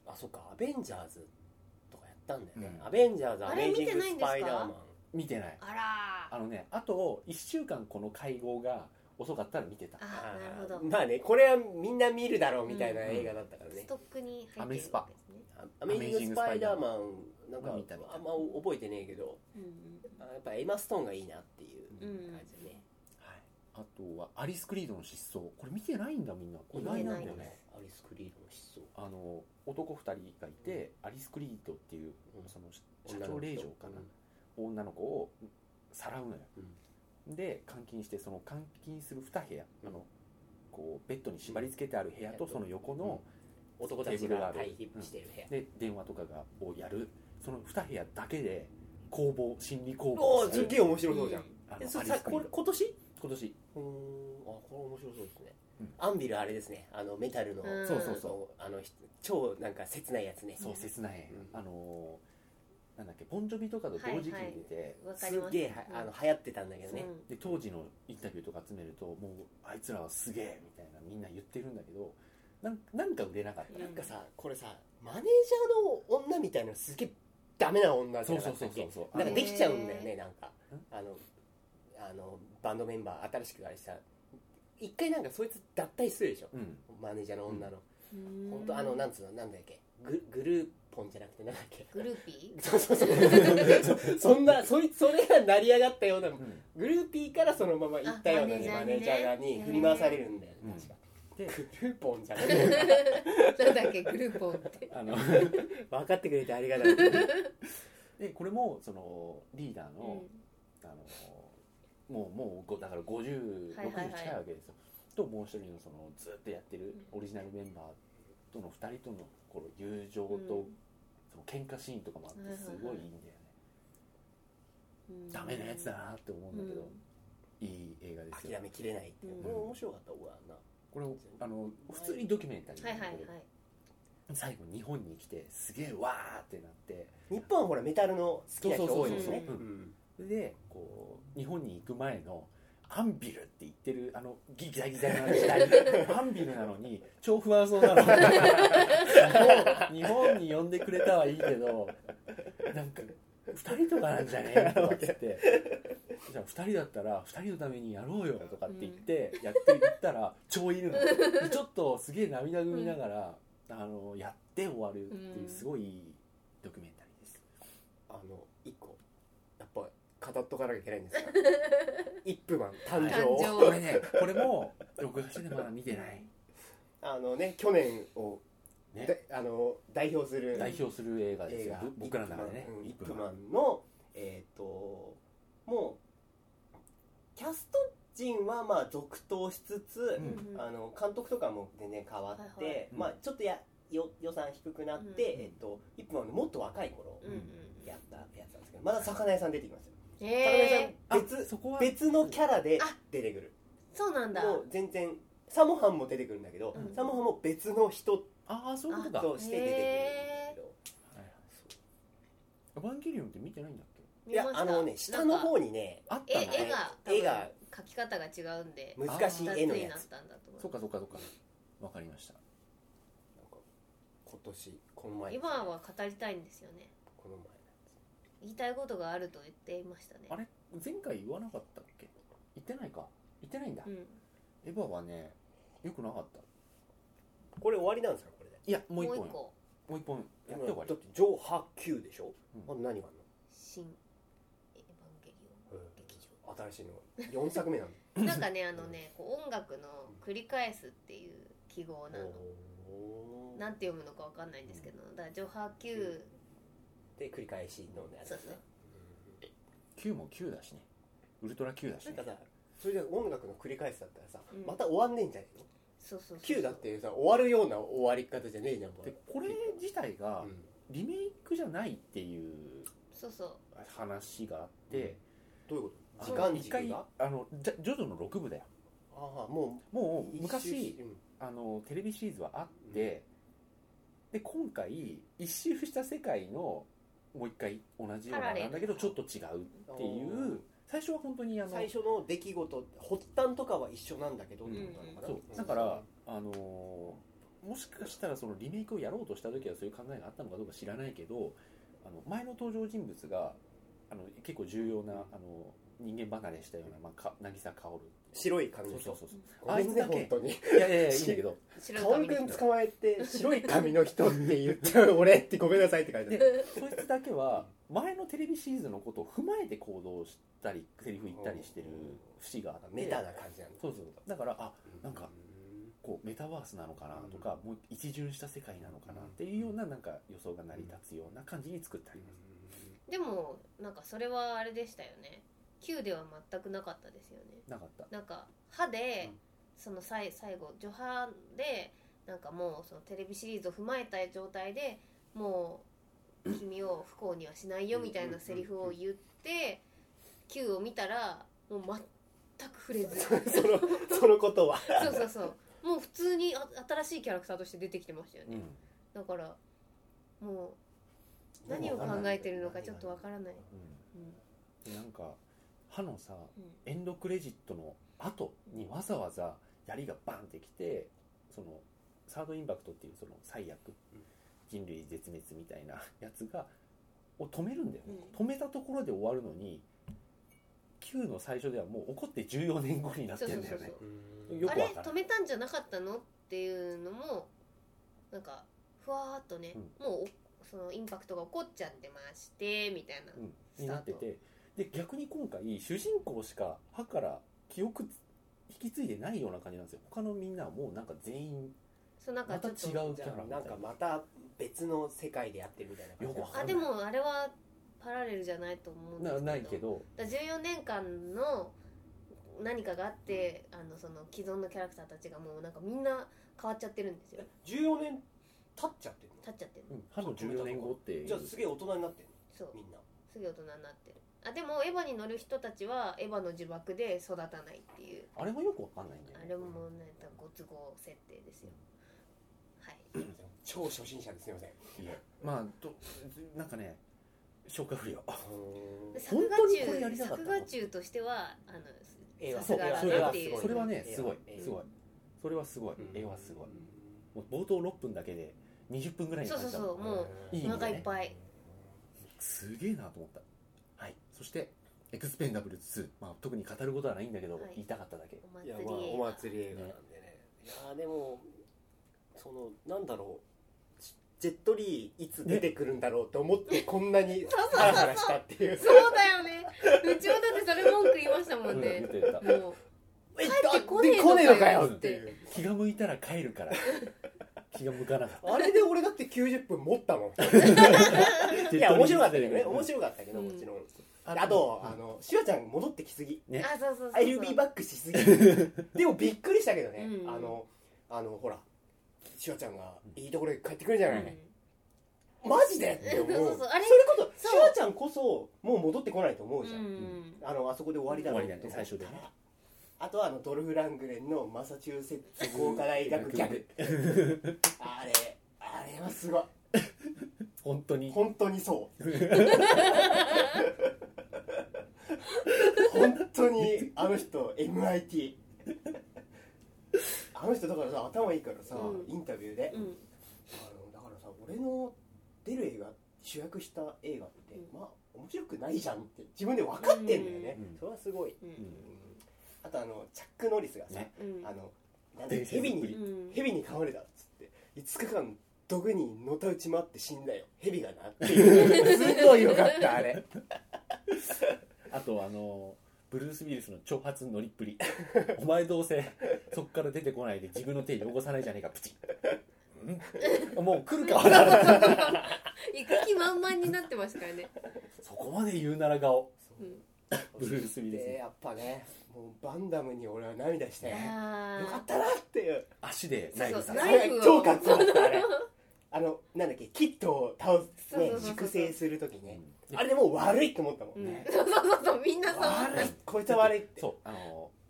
C: あ、そっか、アベンジャーズとかやったんだよね、
A: うん、
C: アベンジャーズ、ア
B: あれ
C: メージングスパイダーマン。
A: 見てない。
B: あら
A: あのね、あといっしゅうかんこの会合が遅かったら見てた。
B: あ、なるほど。
C: まあね、これはみんな見るだろうみたいな映画だったからね、
B: ストックに入ってる
A: アメスパ、
C: アメージングスパイダーマンなんか
A: 見た見た
C: あんま覚えてねえけど、うんうん、やっぱエマ・ストーンがいいなっていう感じだね、
A: うん、はい、あとはアリス・クリードの失踪、これ見てないんだみんな。これ意外なんだよね。
C: アリス・クリードの失踪、あ
A: の男ふたりがいて、うん、アリス・クリードっていう、うん、その社長令嬢かな、うん、女の子をさらうのよ、うん、で監禁して、その監禁するに部屋、うん、あのこうベッドに縛り付けてある部屋とその横の、うん、
C: 男たちが対比してる部屋、
A: うん、で電話とかがをやるそのに部屋だけで攻防、心理攻防。
C: おー、すっげえ面白そうじゃん、うん、えそさこれ今年
A: 今年
C: うーん、あ、これ面白そうですね、うん、アンビルあれですね、あのメタルの、
A: うん、そうそうそう、
C: あの超なんか切ないやつね、
A: そう切ない、うん、あのなんだっけ、ボンジョビとかと同時期に出て、
B: はいはい、
C: すげえあの流行ってたんだけどね、
A: うん、で当時のインタビューとか集めると、もうあいつらはすげえみたいなみんな言ってるんだけど、なんなんか売れなかった。
C: なんかさ、これさ、マネージャーの女みたいなすげえダメな女じゃなかったっけ？なんかできちゃうんだよね、なんかあのあのバンドメンバー新しくあれさ、一回なんかそいつ脱退するでしょ、うん、マネージャーの女の、うん、本当あのなんつうの、なんだっけ、ググルーポンじゃなくてなんだっけ、
B: グルーピー
C: そうそうそうそんなそいそれが成り上がったような、うん、グルーピーからそのまま行ったような、ね、マネージャー側に振り回されるんだよね、確か。でグルーポンじゃなくて
B: なんだっけ、グルーポンって
A: あの
C: 分かってくれてありがたい。
A: でこれもそのリーダーの、うん、あのもうもうだからごじゅう、ろくじゅう近いわけですよ、ともう一人のそのずっとやってるオリジナルメンバーとのふたりとのこの友情と、うん、その喧嘩シーンとかもあってすごいいいんだよね、うん、ダメなやつだなって思うんだけど、うん、いい映画ですよ。
C: 諦めきれないって、うん、もう面白かった俺はな。
A: これあの普通にドキュメンタリーなんだけど、
B: はいはいはい、
A: 最後日本に来てすげえわーってなって、
C: 日本はほらメタルの好きな人多いですね。
A: でこう日本に行く前のアンビルって言ってるあのギザギザな時代アンビルなのに超不安そうなの日本に呼んでくれたはいいけど、なんかふたりとかなんじゃねえとかっつってじゃあふたりだったらふたりのためにやろうよとかって言ってやっていったら超いるのちょっとすげえ涙ぐみながら、うん、あのやって終わるっていうすごいいいドキュメンタリーです。
C: あのいっこやっぱ語っとかなきゃいけないんですがイップマン誕生、
A: これね、これも録画してまだ見てない。
C: あのね、去年をね、あの代表する
A: 代表する映画ですよ、僕らの中でね。
C: イップマンのえっ、ー、ともうキャスト陣はまあ続投しつつ、うん、あの監督とかも全然変わって、はいはい、まあちょっとやよ予算低くなって、うん、えっ、ー、とイップマンのもっと若い頃やったやつなんですけど、まだ魚屋さん出てきますよ。
B: え
C: ー、別, そこは別のキャラで出てくる。
B: そうなんだ。
C: もう全然サモハンも出てくるんだけど、うん、サモハンも別の人
A: ああそういうことだ
C: として出てくるんだけど、
A: エヴァンゲリオンって見てないんだっけ？
C: いや、あのね、下の方にね
B: あったね、絵が絵が描き方が違うんで
C: 難しい絵のやつ。
A: そうかそうかそうか、わかりました。なん
C: か今年この前
B: 今は語りたいんですよね。
C: この前
B: 言いたいことがあると言っていましたね。
A: あれ前回言わなかったっけ？言ってないか。言ってないんだ。うん、エヴァはねよくなかった。
C: これ終わりなんですかこれで？
A: いやもう一本。もう一本やって終わり。
C: だって上波級でしょ。うん、あ何があるの？
B: 新エヴァンゲリオン劇場。
C: 新しいのよんさくめなの。
B: なんかねあのねこう音楽の繰り返すっていう記号なの。なんて読むのかわかんないんですけど、だから上波級
C: で繰り返しのやつですね。
A: きゅうもきゅうだしね、ウルトラきゅうだしね。
C: なんかさ、それで音楽の繰り返しだったらさ、うん、また終わんねえんじゃねえの？
B: そうそうそうそう、
C: きゅうだってさ終わるような終わり方じゃねえじゃん。
A: でこれ自体がリメイクじゃないっていう話があって、
C: どういうこと？時間軸が
A: あのジョジョのろくぶだよ。
C: ああもう
A: もう昔、うん、あのテレビシリーズはあって、 で今回一周した世界のもう一回同じようななんだけどちょっと違うっていう最初は本当にあの
C: 最初の出来事発端とかは一緒なんだけどってことなのかな、
A: そうだからあのー、もしかしたらそのリメイクをやろうとした時はそういう考えがあったのかどうか知らないけどあの前の登場人物があの結構重要なあの人間離れしたような、まあ、か渚薫
C: 白い髪の人
A: そうそうそうそう
C: ごめんね本当に
A: いやいやいやいいんだけど
C: 薫くん捕まえて白い髪の人って言っちゃう俺ってごめんなさいって書いてある
A: でそいつだけは前のテレビシリーズのことを踏まえて行動したりセリフ言ったりしてる節があって
C: メタな感じなんだ
A: そうそうだからあなんかこうメタバースなのかなとか、もう一巡した世界なのかなっていうようななんか予想が成り立つような感じに作ってあります。
B: でもなんかそれはあれでしたよね。きゅうでは全くなかったですよね。
A: なかった。
B: なんか歯で、うん、その最最後序歯でなんかもうそのテレビシリーズを踏まえた状態でもう君を不幸にはしないよみたいなセリフを言ってきゅうを見たらもう全く触れず
C: そのそのことは
B: そうそうそうもう普通にあ新しいキャラクターとして出てきてましたよね、うん、だからもう何を考えてるのかちょっとわからない、
A: うんうん、なんか歯のさ、うん、エンドクレジットの後にわざわざ槍がバンってきてそのサードインパクトっていうその最悪、うん、人類絶滅みたいなやつがを止めるんだよね、うん、止めたところで終わるのにきゅうの最初ではもう起こってじゅうよねんごになってるんだよね。よくわからない。
B: あれ止めたんじゃなかったのっていうのもなんかふわーっとね、うん、もうそのインパクトが起こっちゃってましてみたいな、
A: うん、になっててで逆に今回主人公しか歯から記憶引き継いでないような感じなんですよ。他のみんなはもうなんか全員
B: そうなんかちょっと
A: また違うキャラみたいな、
C: なんかまた別の世界でやってるみたいな感じ。
B: あでもあれはパラレルじゃないと思うんですけど、
A: なないけど
B: だじゅうよねんかんの何かがあってあのその既存のキャラクターたちがもうなんかみんな変わっちゃってるんですよ。
C: じゅうよねん経っちゃってるの？
B: 経っちゃってる、
A: うん、歯のじゅうよねんごっていう。
C: じゃあすげえ大人になってるの？
B: そう
C: みんな
B: すげえ大人になってる。あでもエヴァに乗る人たちはエヴァの呪縛で育たないっていう。
A: あれもよくわかんないんだよね。
B: あれもねご都合設定ですよ。はい。
C: 超初心者ですみません。
A: いやまあとなんかね消化不良。
B: 作画中作画中としてはあのさすがだなっていう。
A: それはねすごいすごい。それはすごい。絵はすごい。もう冒頭ろっぷんだけでにじゅっぷんぐらいになっちゃう。
B: そうそうそうもうお腹いっぱい。
A: すげえなと思った。はい。そしてエクスペンダブルツー、まあ特に語ることはないんだけど、はい、言いたかっただけ。
C: いやまあお祭り映画なんでね。いやでもそのなんだろう。ジェットリーいつ出てくるんだろうと思ってこんなにハラハラしたっていう。
B: そうだよね。うちもだってそれ文句言いましたもんね。
A: うん、言ってた。
B: もう帰ってこねえのかよっていう。
A: 気が向いたら帰るから。気が向かなかった。
C: あれで俺だってきゅうじゅっぷん持ったもん。いや面白かったけどね。面白かったけどもちろん。あとあのシュワちゃん戻ってきすぎ。
B: ね。あそうそうそう。
C: アイルビーバックしすぎ。でもびっくりしたけどね。あのあのほら。シュワちゃんがいいところへ帰ってくるんじゃない、うん、マジでって思う。そうそうそうあれそれこそシュワちゃんこそもう戻ってこないと思うじゃん、うん、あのあそこで終わりだろうって、
A: ね、最初でね。
C: あとはあのドルフ・ラングレンのマサチューセッツ工科大学ギャグあれあれはすごい
A: 本当に
C: 本当にそう本当にあの人 エムアイティーあの人だからさ頭いいからさ、うん、インタビューで、うん、あのだからさ俺の出る映画主役した映画って、うん、まあ面白くないじゃんって自分で分かってんだよね、うん、それはすごい、うんうん、あとあのチャック・ノリスがさ、うん、あのなんでヘビに、うん、ヘビに噛まれたっつっていつかかん毒にのたうち回って死んだよヘビがなっていうすごいよかったあれ
A: あとあのブルース・ウィルスの挑発乗りっぷりお前どうせそっから出てこないで自分の手汚さないじゃねえかプチッもう来るか行
B: く気満々になってましたからね
A: そこまで言うなら顔、うん、ブルース・ウィルス、
C: やっぱねもうバンダムに俺は涙してよかったなっていう
A: 足でナイフさ
C: 超かっこよかったあれあのなんだっけキットを倒すね粛清するときね、うん、あれでもう悪いって思ったもんね、
B: うん、そうそうそうみんなそう
C: 悪いこいつは悪いって
A: そうあの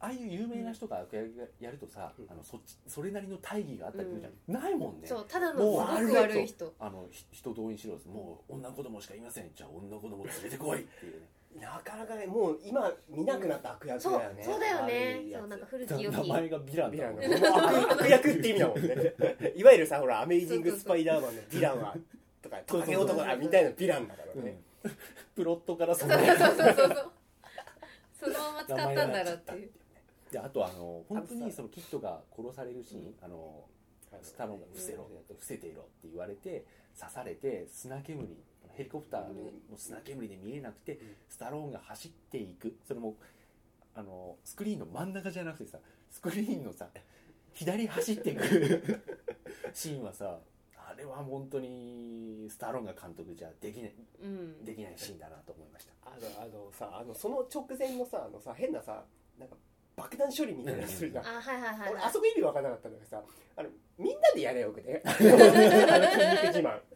A: ああいう有名な人が悪役やるとさ、
C: うん、
A: あの そ, っちそれなりの大義があったりするじゃん、うん、ないもんね。
B: そうただのすごく悪い人、
A: あの人動員しろです、もう女子供しかいません、じゃあ女子供連れてこいっていうね
C: なかなかねもう今見なくなった悪役だよね、
B: うん、そうそうだよね。そうなんか古き良き
A: 名前がヴィランだもんね
C: 悪, 悪役って意味だもんねいわゆるさほらアメイジングスパイダーマンのヴィランはとかトカゲ男だみたいなヴィランだからね、
A: うん、プロットからそ
B: のそうそうそうそうそのまま使ったんだろうっていう。
A: であとあの本当にそのキッドが殺されるシーン、うん、あのスタローンが伏せろ、うん、伏せていろって言われて刺されて砂煙ヘリコプターの砂煙で見えなくて、うん、スタローンが走っていく、それもあのスクリーンの真ん中じゃなくてさスクリーンのさ左走っていくシーンはさあれは本当にスタローンが監督じゃできない、うん、できないシーンだなと思いました。
C: あのあのさあのその直前のさあのさ変なさなんか爆弾処理みたいなのするじゃん、
B: うん、あはいはいはい、
C: 俺あそこ意味分からなかったんだけどさあのみんなでやれよくねあの筋肉自慢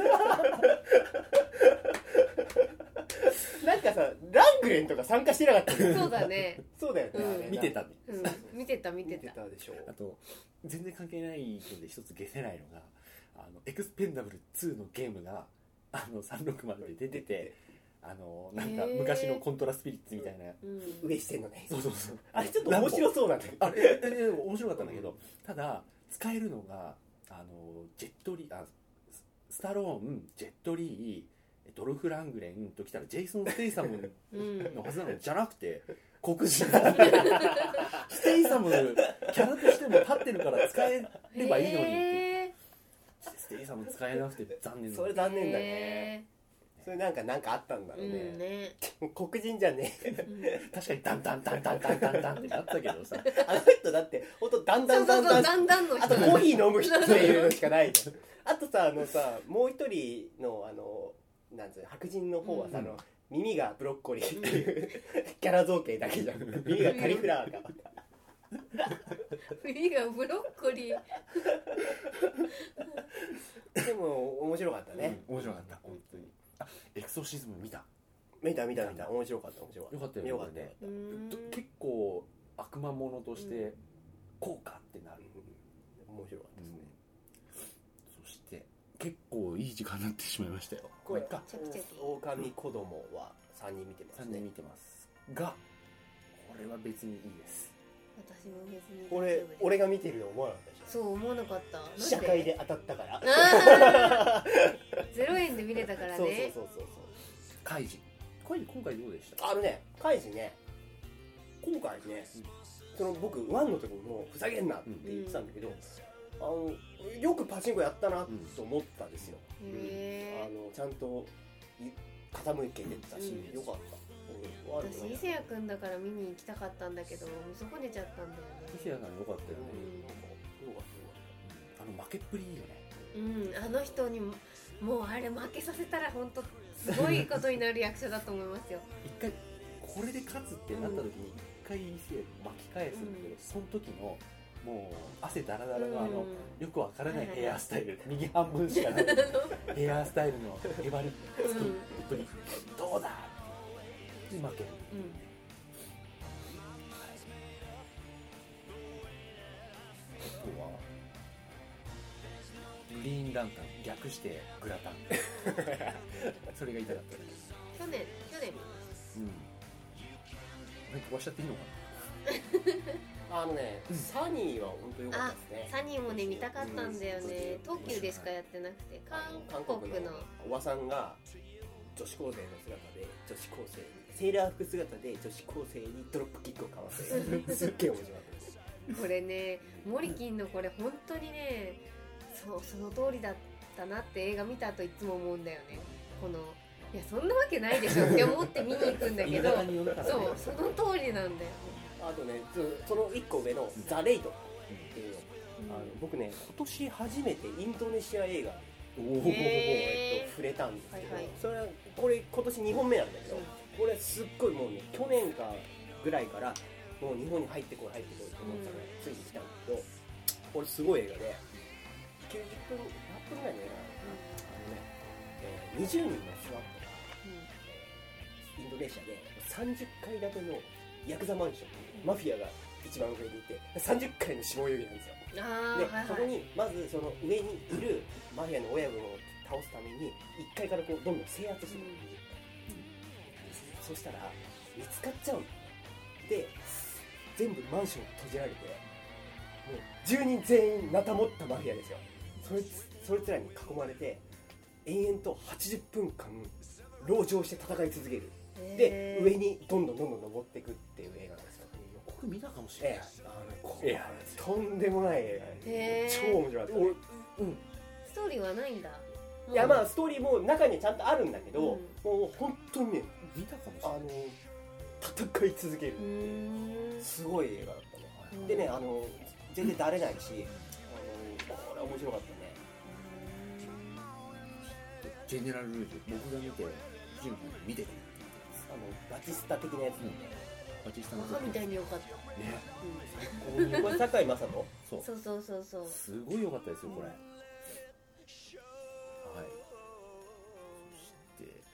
C: なんかさラングレンとか参加してなかった
B: そうだね
C: そうだよね、
B: うん、
A: 見てた、うん、
B: 見てた見てた
C: 見てたでしょ。
A: あと全然関係ないので一つ消せないのがあのエクスペンダブルツーのゲームがあのさんろくまるで出ててあのなんか昔のコントラスピリッツみたいな、
C: うん、上してんのね。
A: そうそうそう、
C: あれちょっと面白そうなんだけど、
A: あれええ面白かったんだけど、うん、ただ使えるのがあのジェットリーあスタローン、ジェットリー、ドルフ・ラングレンときたらジェイソン・ステイサムのはずなのじゃなくて黒人なんでステイサムキャラとしても立ってるから使えればいいのにってステイサム使えなくて残念だ。
C: それ残念だね。それなんかなんかあったんだろうね、
B: うん、ね
C: 黒人じゃねえ
A: 確かにダンダンダンダンダンダンダンってなったけどさ
C: あの人だって本当ダンダンダンダン
B: ダンダンの人
C: あとコーヒー飲む人っていうのしかないあとさあのさもう一人のあのなんつう白人の方はさ、うん、あの耳がブロッコリーっていう、うん、キャラ造形だけじゃん耳がカリフラワーか
B: 耳がブロッコリー
C: でも面白かったね、
A: うん、面白かった本当に。あエクソシズム見た
C: 見た見た見た面白かった面白かった
A: よかったよね。
C: よかったよ
A: 結構悪魔ものとして効果ってなる、
C: うん、面白かったですね、
A: うん、そして結構いい時間になってしまいましたよ。
C: これか狼子供はさんにん見てますね。
A: さんにん見てますがこれは別にいいです。
B: 私も別に
C: これ俺が見てるの思わなかったでしょ。
B: そう思わなかった。
C: 試写会で当たったから
B: ゼロえんで見れたからね。
C: そうそうそうそうそう。
A: カイジカイジ今回どうでした？
C: あのねカイジね今回ね、うん、その僕ワンの時にもふざけんなって言ってたんだけど、うん、あのよくパチンコやったなと思ったんですよ、
B: うん、へ
C: あのちゃんと傾けてたし、うん、よかった。
B: 私伊勢谷くんだから見に行きたかったんだけど見損ねちゃったんだよね。
A: 伊勢谷さんよかったよね、うん、よかったあの負けっぷりいいよ
B: ね。うんあの人にももうあれ負けさせたら本当すごいことになる役者だと思いますよ
A: 一回これで勝つってなった時に一回伊勢谷巻き返すんだけど、うん、その時のもう汗だらだらのあの、うん、よくわからないヘアスタイル、はいはい、右半分しかないヘアスタイルのへばりつきっぷり、うん、どうだ負ける、うんはい、あとはグリーンランタン略してグラタンそれが言いたかったです。
B: 去年去年見ま
A: した。うん飛ばしちゃっていいのか
C: なあのね、うん、サニーは本当良かったですね。
B: サニーもね見たかったんだよね、うん、東急でしかやってなくて韓国の
C: おばさんが女子高生の姿で女子高生にセーラー服姿で女子高生にドロップキックをかわせすっげえ面白かったです。
B: これねモリキンのこれ本当にねそうその通りだったなって映画見た後いつも思うんだよね。このいやそんなわけないでしょって思って見に行くんだけどそうその通りなんだよね。
C: あとねそのいっこ上のザ・レイドっていう、うん、あの僕ね今年初めてインドネシア映画に、えー、触れたんですけど、はいはい、それはこれ今年にほんめなんだけど、うん、これすっごいもうね去年かぐらいからもう日本に入ってこい入ってこいと思ったら、うん、ついに来たんだけどこれすごい映画できゅうじゅっぷんはっぷんぐらいの映画なのかな、うん、あのね、えー、にじゅうにんのスワットが、うん、インドネシアでさんじゅっかい建てのヤクザマンション、マフィアが一番上にいてさんじゅっかいの下泳ぎなんですよ。
B: あ
C: で、
B: はいはい、
C: そこにまずその上にいるマフィアの親分を倒すためにいっかいからこうどんどん制圧する、うん、そしたら見つかっちゃうんで、全部マンション閉じられて、もうじゅうにん全員なた持ったマフィアですよ。そいつそいつらに囲まれて延々とはちじゅっぷんかん籠城して戦い続ける。で上にどんどんどんどん登っていくっていう映画なんですよ。
A: 僕見たかもしれない、
C: ええ、あのいやとんでもない映画で超面白かった、ね、
B: うん、ストーリーはないんだ。
C: いやまあストーリーも中にちゃんとあるんだけど、うん、もう本当にね
A: 見たかもしれない、
C: あの戦い続けるすごい映画だったね。でね、あの全然だれないし、あのこれ面白かったね。
A: ジェネラルルージュ僕が見てジュン君見てる
C: あのバチスタ的なやつなんで、
A: バチスタの
B: バカみたいに良かった
A: ね、
B: うん、
C: 最高にこれ堺雅人
A: そう
B: そうそうそうそう
A: すごい良かったですよこれ、うん、はいそして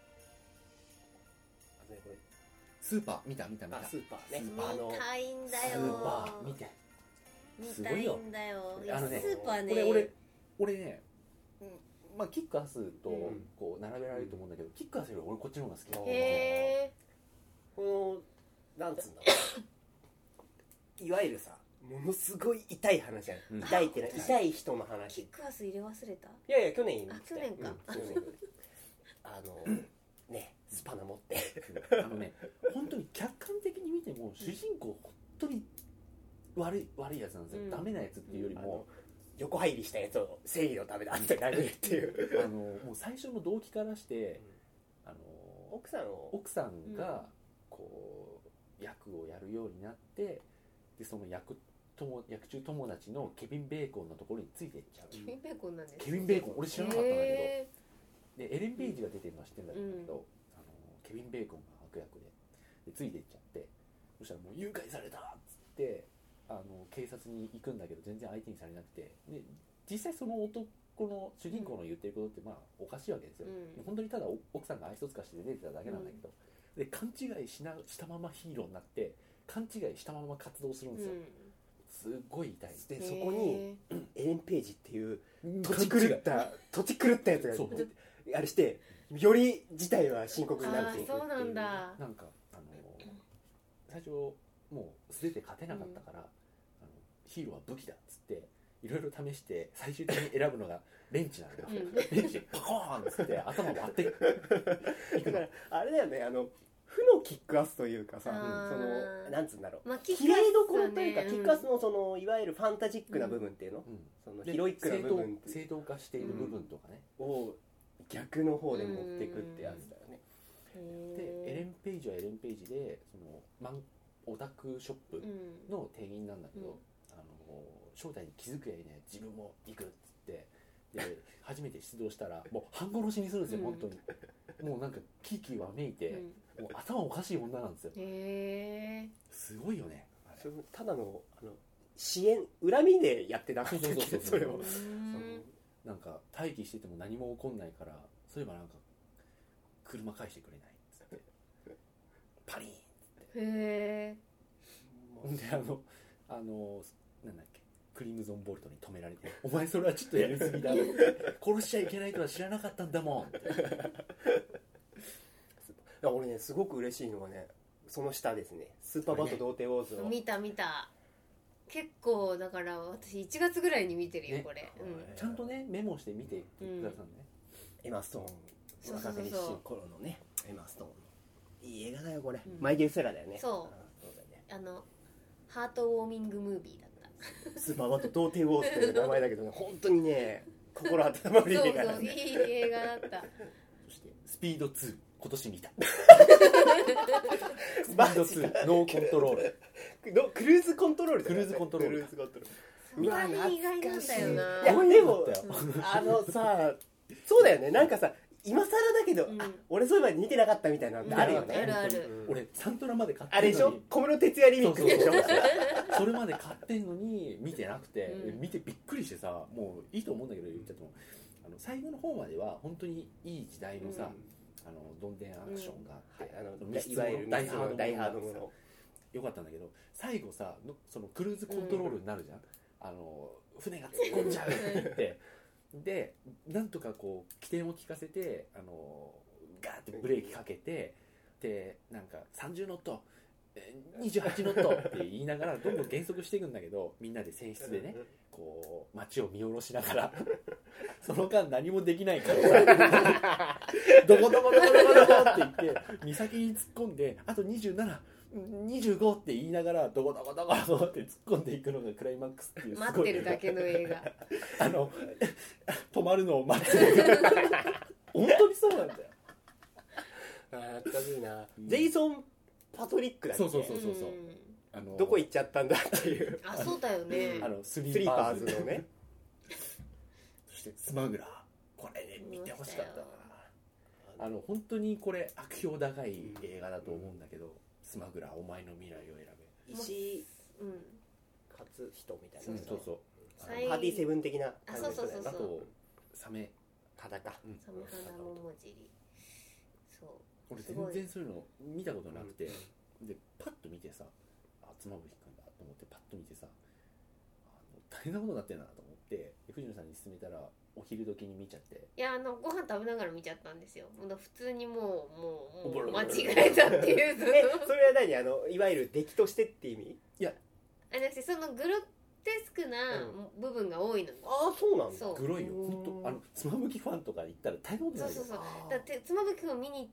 C: あ、ね、これ
A: スーパー見た見た見た
C: あスーパーね、
B: 見たいんだよ
A: スーパー見て
B: 見たいんだよ。
A: あのね
B: スーパーね、
A: これ俺俺ね、まあ、キックアスとこう並べられると思うんだけど、うん、キックアスより俺こっちの方が好きだ。
B: へ
C: ーこのなんつうんだろういわゆるさものすごい痛い話じゃない、うん、痛いってのは痛い人の話。
B: キックアス入れ忘れた。
C: いやいや去年
B: あ去年か、
C: うん、去年あのねスパナ持って
A: あのね本当に客観的に見ても主人公本当に悪い悪いやつなんですよ、うん、ダメなやつっていうよりも、
C: 横入りしたやつを正義のためだって殴るっていう
A: あのもう最初の動機からして、うん、あの
C: 奥さんを
A: 奥さんがこう、うん、役をやるようになってでその役友役中友達のケビン・ベーコンのところについていっちゃう。
B: ケビン・ベーコンなんですか。
A: ケビン・ベーコン俺知らなかったんだけどでエレン・ペイジが出てるのは知ってるんだけど、うん、あのケビン・ベーコンが悪役ででついていっちゃってそしたらもう誘拐されたっつってあの警察に行くんだけど全然相手にされなくてで実際その男の主人公の言ってることってまあおかしいわけですよ、うん、本当にただ奥さんが愛想つかして出てただけなんだけど、うん、で勘違いしなしたままヒーローになって勘違いしたまま活動するんですよ、うん、すごい痛い
C: でそこにエレン・ページっていう土地狂った土地狂ったやつがあれしてより事態は深刻になっていくっていう。
B: そうなんだ。
A: なんかあの最初もう素手で勝てなかったから、うん、あのヒーローは武器だっつっていろいろ試して最終的に選ぶのがレンチなのよ、うん、レンチでパコーンっつって頭割ってだ
C: からあれだよねあの負のキックアスというかさ、そのなんつうんだろう、まあ、綺麗どころというか、ね、キックアスのそのいわゆるファンタジックな部分っていうの、うん、そのヒロイックな部分
A: 正当化している部分とかね、
C: うん、を逆の方で持っていくってやつだよね。
A: でエレン・ペイジはエレン・ペイジでそのマンオタクショップの店員なんだけど、うん、あの正体に気づくやいね自分も行くっつってで初めて出動したらもう半殺しにするんですよ、うん、本当にもうなんかキーキーわめいて、うん、もう頭おかしい女なんですよ。へーすごいよね。
C: それただのあの支援恨みでやってなかったっけそれを
A: なんか待機してても何も起こんないからそういえばなんか車返してくれないっつってパリーンっつってへーであのあのなんだっけクリムゾンボルトに止められてお前それはちょっとやりすぎだ殺しちゃいけないとは知らなかったんだもんって
C: いや俺ねすごく嬉しいのがねその下ですねスーパーバット童貞ウォーズを、
B: ね、見た見た結構だから私いちがつぐらいに見てるよ、ね、これ、
A: うん、ちゃんとねメモして見てくださいね、
C: うん、エマ・ストーン若手出身頃のねエマ・ストーンいい映画だよこれ、うん、マイケル・セラだよね。
B: そう、そうだね、あのハートウォーミングムービーだった
C: スーパーバット童貞ウォーズという名前だけどね本当にね心温まる映画だ、ね、
B: そうそういい映画だった
A: そしてスピードツー今年見たスピードツーノーコントロール
C: クルーズコントロール
A: クルーズコントロール
B: うわ意外なんだよな。
C: いやでもあのさそうだよねなんかさ今更だけど、うん、あ俺そういえば似てなかったみたいなのってあるよね、
B: うん、あるある、
A: うん、俺サントラまで買って
C: んのにあれでしょ小室哲哉リミックスでしょ
A: それまで買ってんのに見てなくて、うん、見てびっくりしてさもういいと思うんだけど言っちゃってもあの最後の方までは本当にいい時代のさ、うん、あのどんでんアクションがあって、
C: うん、あのいわゆるダイハードもの
A: よかったんだけど、最後さのそのクルーズコントロールになるじゃん、うん、あの船が突っ込んじゃうってでなんとかこう起点を利かせてあのガーってブレーキかけてでなんかさんじゅうノットにじゅうはちノットって言いながらどんどん減速していくんだけど、みんなで船室でねこう街を見下ろしながらその間何もできないからさどこどこどこどこどこって言って岬に突っ込んであとにじゅうなな、にじゅうごって言いながらどこどこどこどこって突っ込んでいくのがクライマックスっていうすごい
B: 待ってるだけの映画
A: あの止まるのを待ってる本当にそうなんだよ。
C: あ懐かしいな、うん、ジェイソン・パトリックだっけ。
A: そうそうそうそうそう、うん、あの
C: どこ行っちゃったんだっていう
B: あそうだよね、
A: あのスリ
C: ーパー
A: ーパーズ
C: ズのね
A: そしてスマグラー、これね見てほしかったな。あの本当にこれ悪評高い映画だと思うんだけど、うん、スマグラーお前の未来を選べ、
C: 石井勝人みたいな、
A: うん、そうそう
C: パーティーセブン的な
B: 感じですよね。
A: あとサメ
C: 裸、
B: うん、サメ肌桃尻、そう
A: 俺全然そういうの見たことなくて、うん、でパッと見てさ、あ妻夫木君だと思ってパッと見てさ、あの大変なことになってるなと思って藤野さんに勧めたらお昼時に見ちゃって、
B: いやあのご飯食べながら見ちゃったんですよ。もう普通にもうもうもう間違えたっていう
C: えそれは何、あのいわゆる出来としてって意味？
A: いや
B: あのそのグロテスクな部分が多いの、うん、
C: ああそうなんだ。
B: そう
A: グロいよ本当。あの妻夫木ファンとか行ったら大変なことになるよ。
B: そうそうそうだって妻夫木君を見に行って、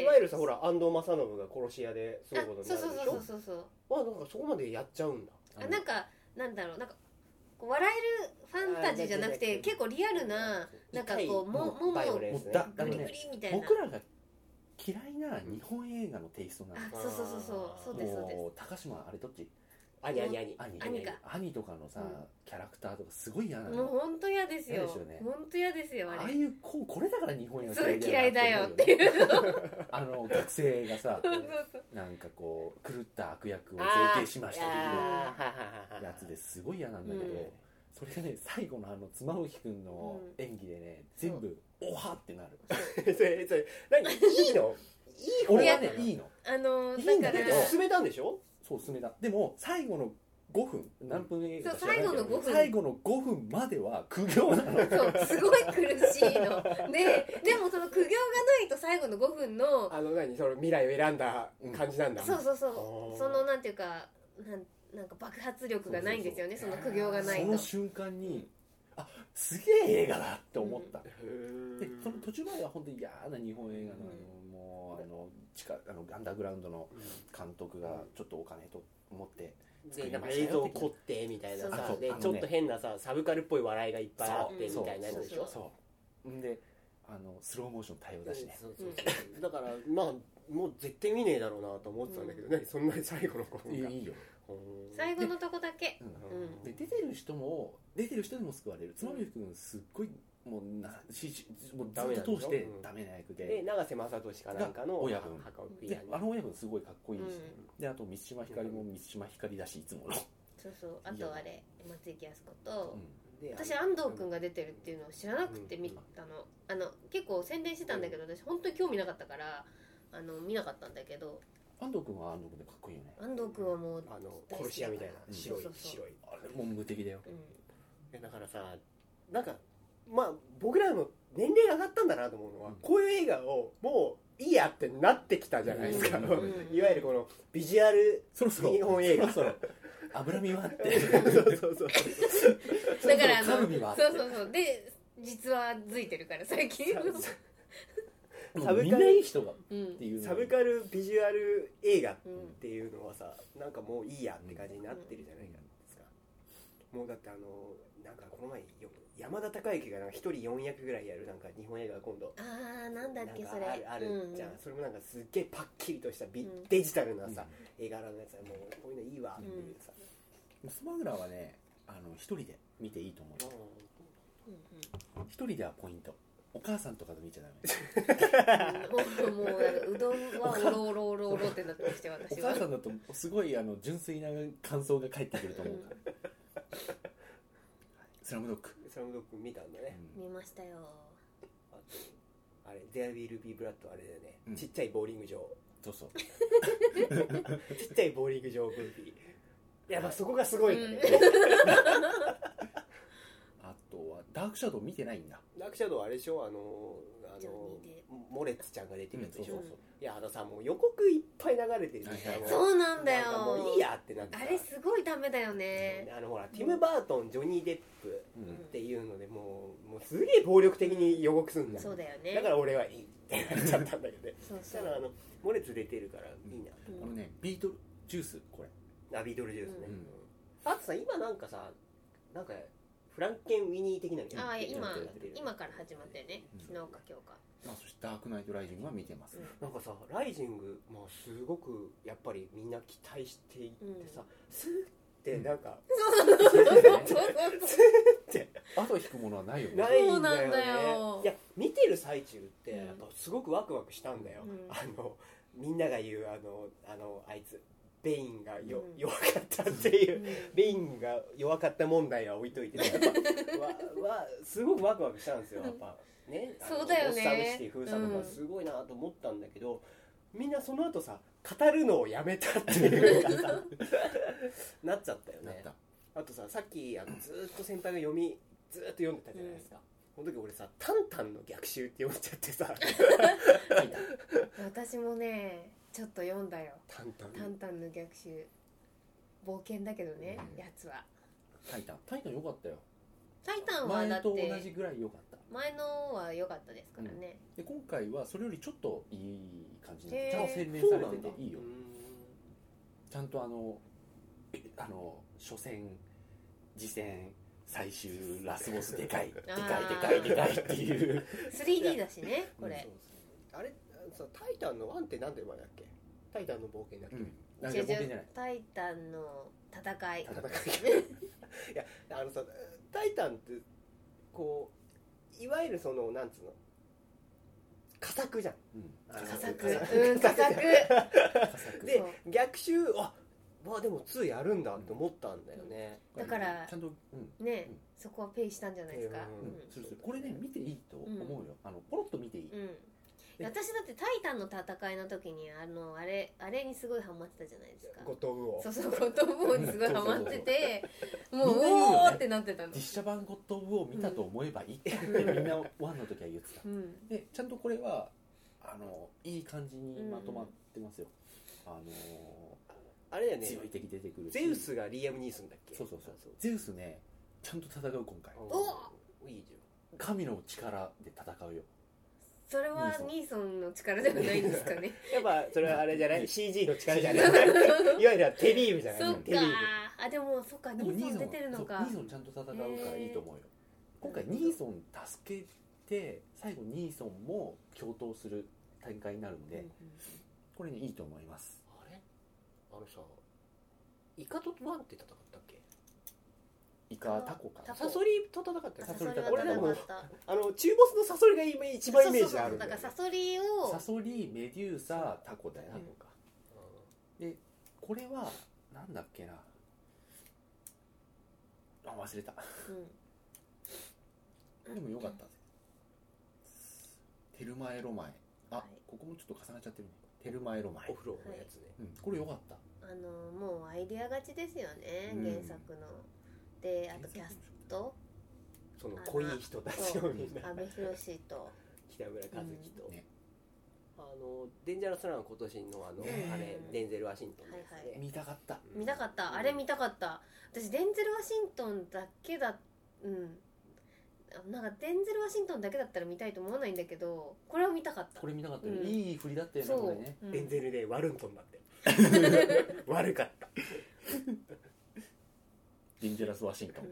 C: いわゆるさほら安藤正信が殺し屋ですごいことになるでしょ。
B: そうそうそうそうそう
C: あなんかそこまでやっちゃうんだ。
B: あなんかなんだろうなんかこう笑えるファンタジーじゃなくて結構リアルななんかこうももも
C: バイオレンスね
B: グリグリみたいな、
A: 僕らが嫌いな日本映画のテイストなんです。
B: あそうそうそうそうそうですそうです。
A: もう高島あれどっち？
C: 兄兄兄
A: 兄
B: 兄か
A: 兄とかのさ、うん、キャラクターとかすごい嫌なの。
B: もう本当嫌ですよ。本当嫌ですよあれ。
A: ああいうこうこれだから日本映画
B: すごい嫌いだよっていう
A: あの学生がさなんかこう狂った悪役を造形しました的なやつですごい嫌なんだけど、うん、それがね最後のあの妻夫木くんの演技でね、うん、全部おはってなる
C: それそれ何いいのいい方
A: 俺はねいいの
B: あの
C: いいんだけど進めたんでしょ。
A: そう進めた。でも最後のごふん何分映画
B: か知らないけど、そう
A: 最後のごふんまでは苦行なの。
B: そうすごい苦しいのででもその苦行がないと最後のごふんの
C: あの何その未来を選んだ感じなんだ、
B: うん、そうそうそうそのなんていうかなんなんか爆発力がないんですよね。その苦行がないと
A: その瞬間にあすげえ映画だって思った、うん、でその途中までは本当に嫌な日本映画の、うん、もうあの地下あのアンダーグラウンドの監督がちょっとお金と思って
C: でなんか映像を凝ってみたいなさで、ね、ちょっと変なさサブカルっぽい笑いがいっぱいあってみたいなやつでしょ。
A: そうであのスローモーション対応だしね、
C: そうそうそうだからまあもう絶対見ねえだろうなと思ってたんだけど、うん、何そんなに最後の子が
A: いいよ
B: 最後のとこだけ、
A: うんうん、で出てる人も出てる人でも救われる。妻夫木君すっごいもうなしもうずっと通してダメな役で、
C: で永瀬正敏かなんかの
A: 親分であの親分すごいかっこいいし、うん、であと満島ひかりも満島ひかりだしいつもの
B: そうそうあとあれ松井康子と、うん、私安藤君が出てるっていうのを知らなくて見たの、あの結構宣伝してたんだけど私本当に興味なかったからあの見なかったんだけど
A: 安藤君は安藤君でかっこいいよね。
B: 安藤君はもう
C: あの殺し屋みたいな白い、
B: そうそうそう
C: 白い
A: あれもう無敵だよ、
C: うん、だからさなんかまあ僕らの年齢が上がったんだなと思うのは、うん、こういう映画をもういいやってなってきたじゃないですか、うんうん、いわゆるこのビジュアル日本映画
A: そろそろ脂身はって
C: そうそうそう
B: だからあのそうそうそうで実は付いてるから最近
C: サブカル
A: いい人がっていう、
C: サブカルビジュアル映画っていうのはさ、なんかもういいやって感じになってるじゃないですか、うん、もうだってあのなんかこの前山田孝之がなんか一人よんやくぐらいやるなんか日本映画が今度
B: あーなんだっけそれ
C: あるあるじゃん、うん、それもなんかすっげえパッキリとしたビ、うん、デジタルなさ、うん、絵柄のやつはもうこういうのいいわっていうさ、
A: うん、スマグラはねあの一人で見ていいと思うよ、うんうん、一人ではポイント。お母さんとかで見ちゃダメもう
B: もううどんはおろおろおろおろってなってまして私は
A: お母さんだとすごいあの純粋な感想が返ってくると思うからスラムドッグ
C: スラムドッグ見たんだね、
B: うん、見ましたよ。
C: あとあれ There Will Be Blood あれだよね、うん、ちっちゃいボーリング場
A: そうそう
C: ちっちゃいボーリング場グーフィー。いやまあそこがすごいんだけど、
A: あとはダークシャドウ見てないんだ。
C: ダークシャドウあれでしょ、あのあ
B: ジョ
C: の
B: ニーデ
C: モレッツちゃんが出てるやつでしょ、
A: うんそうそう
C: いやあのさもう予告いっぱい流れてるしさ、
A: はいはい
C: もう
B: そうなんだよ
C: なんかもういいやってなってさ
B: あれすごいダメだよね。
C: あのほらティム・バートン、ジョニー・デップ
A: うん
C: っていうのでもうもうすげえ暴力的に予告するんだよ、
B: そうだよね。
C: だから俺はいいってなっちゃったんだけどね
B: そうそう
C: だからあのモレッツ出てるからいいな、
B: うん
A: このねビートルジュースこれ
C: あビートルジュースね、
B: うん
C: うんあとさ今なんかさなんかフランケン・ウィニー的なの
B: ああ今
C: やってる
B: 今から始まったよね、
A: うん
B: 昨日か今日か。
A: まあそしてダークナイトライジングは見てます、
B: うん
C: なんかさライジング、まあ、すごくやっぱりみんな期待していってさ、スーってなんか、って
A: 後引くものはないよね。
C: ない
B: そうんなん
C: だよね
B: だよ
C: いや見てる最中って
B: うん
C: やっぱすごくワクワクしたんだよ、
B: うん
C: あのみんなが言うあのあのあいつベインがよ、
B: うん
C: 弱かったっていう、
B: うん
C: ベインが弱かった問題は置いといてやっぱわわすごくワクワクしたんですよやっぱねあの
B: そうだよね
C: ゴッサムシティ封鎖とかすごいなと思ったんだけど、みんなその後さ語るのをやめたっていうかさなっちゃったよね。
A: なった。
C: あとささっきあのずーっと先輩が読みずーっと読んでたじゃないですか、この時俺さタンタンの逆襲って読んじゃってさ
B: 私もねちょっと読んだよ。
C: タンタン
B: タンタンの逆襲冒険だけどね、
A: うん
B: やつは。
A: タイタンタイタン良かったよ。
B: タイタンはだ
A: 前と同
B: って
A: じぐらい良かった。
B: 前のは良かったですからね、
A: で今回はそれよりちょっといい感じになって
B: へー
A: ちゃんと洗練されてていいよ。ちゃんとあのえあの初戦次戦最終ラスボスでかいでかいでかいでかいっていう
B: スリーディー だしねこれ、
C: あれさタイタンのワンって何て前だっけ、タイタンの冒険だっけ、
A: うんなんか冒険じゃない
B: タイタンの戦い
C: 戦いいやあのさタイタンってこういわゆるそのなんつうの佳作じゃん、
A: うん
C: あの
B: 佳作
C: 佳作
B: うん佳作
A: 佳作
C: で
B: そう
C: 逆襲あまあでもツーやるんだって思ったんだよね、
B: だから
A: ちゃんとうん
B: ね、
A: うん
B: そこはペイしたんじゃないですか、
C: うん
A: うんそうそうこれね見ていいと思うよ、あのポロッと見ていい、
B: うんうん私だって「タイタン」の戦いの時にあのあれあれにすごいハマってたじゃないですか。
C: 後藤を
B: そうそうゴッド・オブ・ウォーにすごいハマっててもう
A: みんないいよね
B: おーってなってたの。
A: 実写版ゴッド・オブ・ウォー見たと思えばいいってみんなワンの時は言ってた
B: うん
A: でちゃんとこれはあのいい感じにまとまってますよ、あの
C: あれだよね
A: 強い敵出てくるし
C: ゼウスがリアム・ニースンだっけ、
A: そうそうそうゼウスねちゃんと戦う今回
C: おいいじ
A: 神の力で戦うよ
B: それはニーソンの力ではないんですかね。
C: ゃんやっぱそれはあれじゃない シージー の力じゃないいわゆるテリームじゃない
B: そっ
C: テリーム
B: かあでもそっか
A: でも
B: ニーソン出てるのか
A: そうニーソンちゃんと戦うからいいと思うよ今回ニーソン助けて最後ニーソンも共闘する大会になるんで、これねいいと思います。
C: あれあのさイカとワンって戦ったっけ、
A: イカタコか
B: タコ
C: サソリと戦ったよ
A: サソリ
B: サソリは
C: 俺でも
B: 戦った
C: あの中ボスのサソリが今一番イメージあるんだよね
B: そうそうそうだからサソリを
A: サソリメデューサタコだよね、
C: タコか
A: でこれはなんだっけなあ忘れた
B: うん
A: でもよかったぜテルマエロマエあ、
B: はい
A: ここもちょっと重なっちゃってるねテルマエロマエ
C: お、風呂のやつね、
A: うん、これよかった
B: あのもうアイデア勝ちですよね、
A: うん
B: 原作のであとキャスト
C: その濃い人たちをみんな
B: 阿部寛と
C: 北村和樹と、
A: ね
C: あのデンジャラスラン今年のあの、
B: ね
C: あれデンゼル・ワシントンのやつで、
B: はいはい
A: 見たかった
B: 見たかったあれ見たかった私デンゼル・ワシントンだけだうんなんかデンゼル・ワシントンだけだったら見たいと思わないんだけどこれは見たかった
A: これ見たかったよ、
B: うん
A: いい振りだったよね
B: そう
A: これね
B: うん
C: デンゼルでワルントンだって悪かった
A: デンジャラス・ワシントン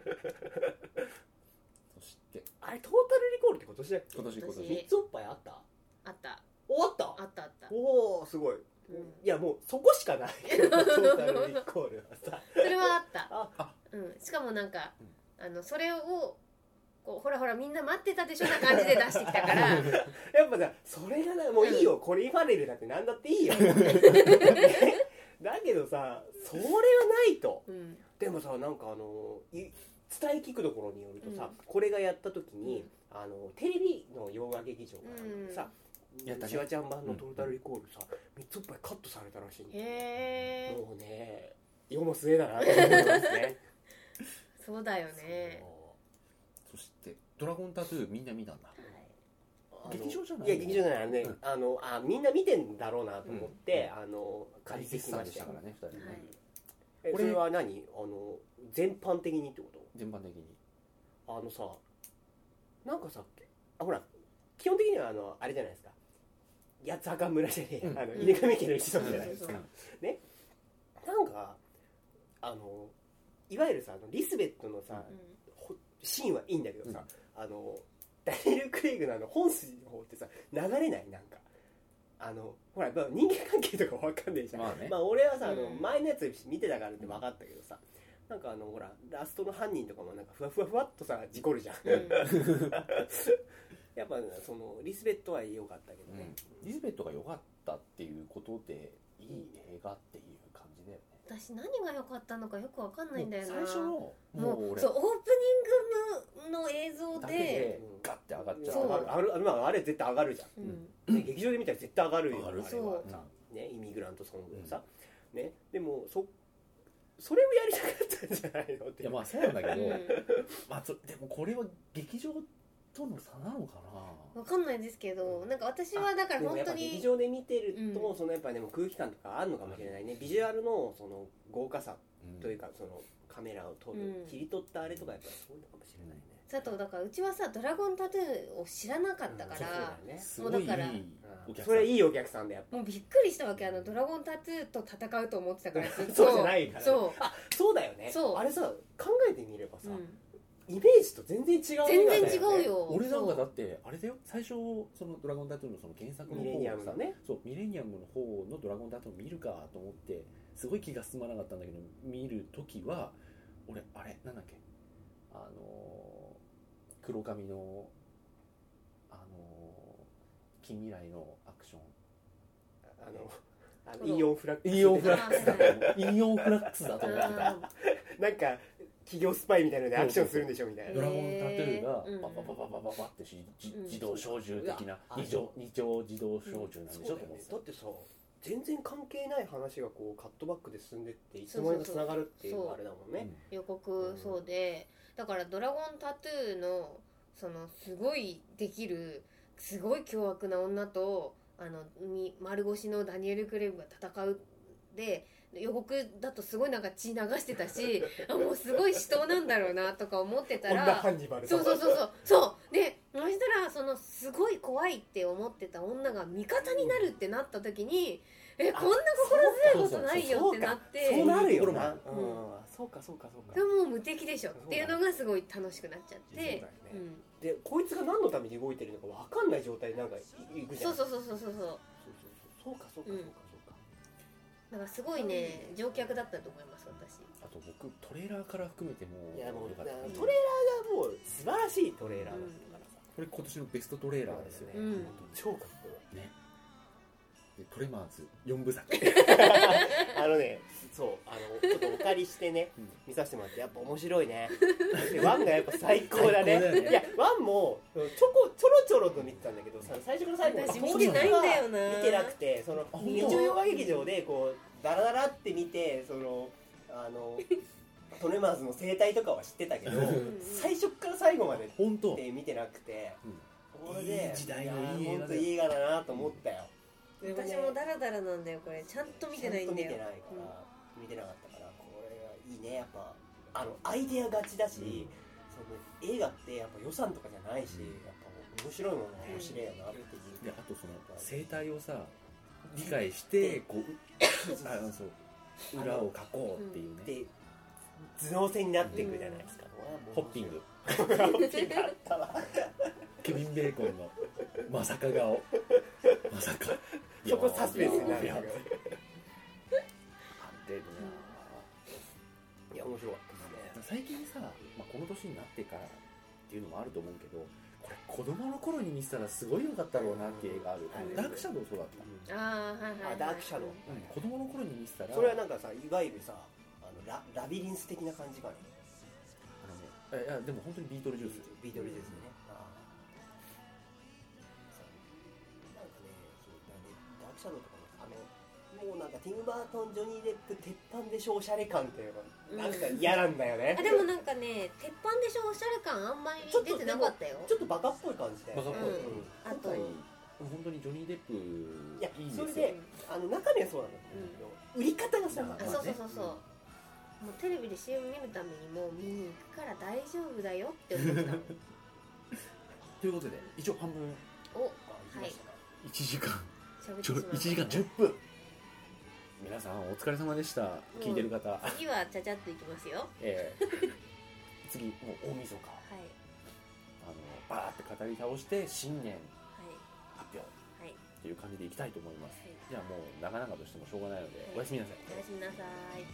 A: そして
C: あれトータルリコールって今年だっけ
A: 今年今
B: 今年
A: 年
C: みっつおっぱいあった
B: あった
C: 終わった
B: あったあった
C: おおすごい、
B: うん
C: いやもうそこしかないトータルリコールはさ
B: それはあった
C: あ
B: うん、しかもなんか、あのそれをこうほらほらみんな待ってたでしょな感じで出してきたから
C: やっぱさそれがなもういいよ、コリン・ファレルだって何だっていいよだけどさそれはないと
B: うん
C: でもさなんかあのい伝え聞くところによるとさ、
B: うん
C: これがやった時に、あのテレビの洋画劇場がさ、
A: やったね
C: シュワちゃん版のトータルリコールさ、みっつおっぱいカットされたらしいんですよ。
B: へえ。
C: もうね世も末だなって思いますね。
B: そうだよね。
A: そしてドラゴンタトゥーみんな見たんだ。劇場じゃない？
C: いや劇場じゃないね、
A: うん、
C: あのあみんな見てんだろうなと思って、うん、あの借りてきました
A: からねふたりね、はい、
C: えこれは何あの全般的にってこと？
A: 全般的に
C: あのさなんかさあほら基本的にはあのあれじゃないですか、八つ墓村じゃねえ、うん、あの稲上家の一族じゃないですか、うん、ね、なんかあのいわゆるさあのリスベットのさ、うん、シーンはいいんだけどさ、うん、あのダニエル・クレイグのあの本筋の方ってさ流れないなんかあのほら人間関係とか分かんないじゃん、まあね、まあ俺はさあの前のやつ見てたからって分かったけどさ、なんかあのほらラストの犯人とかもなんかふわふわふわっとさ事故るじゃん、うん、やっぱそのリスベットは良かったけどね、
A: うん、リスベットが良かったっていうことでいい映画っていう感じだよね。
B: 私何が良かったのかよく分かんないんだよな。
A: 最初のも
B: うそうオープニングの映像で、
A: でガッて上がっちゃう。
C: そうあるあるあれ絶対上がるじゃん、うんね、劇場で見たら絶対上がるよ
A: 上がる
C: あれはさ、ね、イミグラントソングでさ、うんね、でもそそれをやりたかったんじゃないのって。
A: いやまあそうなんだけど、うんまあ、でもこれは劇場との差なのかな。
B: わかんないですけど、なんか私はだから本当に
C: 劇場で見てると、うん、そのやっぱでも空気感とかあるのかもしれないね。ビジュアルのその豪華さというか、そのカメラを撮る、うん、切り取ったあれとかやっぱそういうのかもしれないね。
B: 佐藤だからうちはさドラゴンタトゥーを知らなかったから、うん、もうだから
C: それいいお客さんでやっぱ
B: もうびっくりしたわけ。あのドラゴンタトゥーと戦うと思ってたからずっと
C: そうじゃないから、ね、
B: そう
C: あそうだよね。
B: そう
C: あれさ考えてみればさ、うんイメージと全然違う、
B: ね、全然違うよ。
A: 俺なんかだってあれだよ、最初そのドラゴンタトゥーのその原作の方
C: ミレニアムのね、
A: そうミレニアムの方のドラゴンタトゥー見るかと思ってすごい気が進まなかったんだけど、見るときは俺あれなんだっけあのー、黒髪のあのー、近未来のアクション
C: あのあのイオンフラックス
A: イオンフラックスだイオンフラックスだと思ってた
C: なんか企業スパイみたいなのでアクションするんでしょみたいな。
A: ドラゴンタトゥーがバババババババってし、うん、自動小銃的な二乗二乗自動小銃なんでしょ、うん、と思ってた。
C: だってさ全然関係ない話がこうカットバックで進んでっていつの間にかつながるっていうあれだもんね。
B: 予告そうで、だからドラゴンタトゥーのそのすごいできるすごい凶悪な女とあの丸腰のダニエル・クレイグが戦うで。予告だとすごいなんか血流してたしあもうすごい死闘なんだろうなとか思ってたらそうそうそうそうそうでそしたらそのすごい怖いって思ってた女が味方になるってなった時にえこんな心強いことないよってなって
C: そうなるよな、うん、そうかそうかそうか
B: でも無敵でしょっていうのがすごい楽しくなっちゃって、ね
C: うん、でこいつが何のために動いてるのか分かんない状態でなんかいくじゃん。
B: そうそうそうそうそう
C: そうかそうかそうかそうか、うん
B: だからすごいね乗客だったと思います私。
A: あと僕トレーラーから含めても
C: いやもうトレーラーがもう素晴らしいトレーラーだったからさ、
A: うん、これ今年のベストトレーラーですよね、
B: うん、
C: 超かっこいいね。
A: でトレマーズよんぶ作
C: あのねそうあのちょっとお借りしてね、うん、見させてもらってやっぱ面白いねワンがやっぱ最高だ ね, だねいやワンもちょこちょろちょろと見てたんだけどさ最初から最後まで
B: 私見てないんだよな
C: 見てなくてその日曜洋画劇場でこうダラダラって見てそのあのトレマーズの生態とかは知ってたけど最初から最後までって見てなくて、
A: うん、これでいい時代のいい映画だ
C: いい映画だなと思ったよ、
B: うん、私もダラダラなんだよこれちゃんと見てないんだよ。
C: ちゃんと見てないから、うん、見てなかったからこれはいいねやっぱあのアイデア勝ちだし、うん、その映画ってやっぱ予算とかじゃないし、うん、やっぱ面白いものは面白いよなっていう、
A: うん、であとその生態をさ理解してこうあのそう裏を描こうっていうね、
C: で頭脳戦になっていくじゃないですか、
A: うん、ホッピング
C: ホッピングあったわ
A: ケビン・ベーコンのまさか顔まさか
C: そこサスペンスになるよねいや面白かったですね。
A: 最近さ、まあ、この年になってからっていうのもあると思うけどこれ子供の頃に見せたらすごい良かったろうなっていう映画ある、うん、ダークシャドウそうだった、
B: うん、ああはいはい、はい、
C: ダークシャドウ、
A: うん、子供の頃に見せたら
C: それはなんかさいわゆるさあの ラ, ラビリンス的な感じかね。
A: あのねいやでも本当にビートルジュース
C: ビートルジュースね、うん、なんかねシャドウとかもあのもうなんかティム・バートン、ジョニー・デップ鉄板でしょおしゃれ感っていうのがなんか嫌なんだよね、
B: あでもなんかね鉄板でしょおしゃれ感あんまり出てなかったよ。
C: ちょっとバカっぽい感じで、
A: バカっぽい、
B: うん、
A: 今
B: あと
A: 回本当にジョニー・デップ
C: いや
A: いいんですよ。
C: それであの中身はそうなんだけど、うん、売り方がそうなんだ
B: あそうそうそうそう、もうテレビで シーエム 見るためにもう見に行くから大丈夫だよって思ってた
A: ということで一応半分
B: おはい
A: いちじかん
B: 喋ってしまいました
A: いちじかんじゅっぷん、皆さんお疲れ様でした。聞いてる方、
B: 次はちゃちゃっといきますよ。
A: えー、次もう大晦日、
B: はい
A: あのバーって語り倒して新年
B: はい
A: 発表
B: はい
A: っていう感じでいきたいと思います、
B: はい
A: じゃあもう長々としてもしょうがないので、おやすみなさい。
B: おやすみなさい。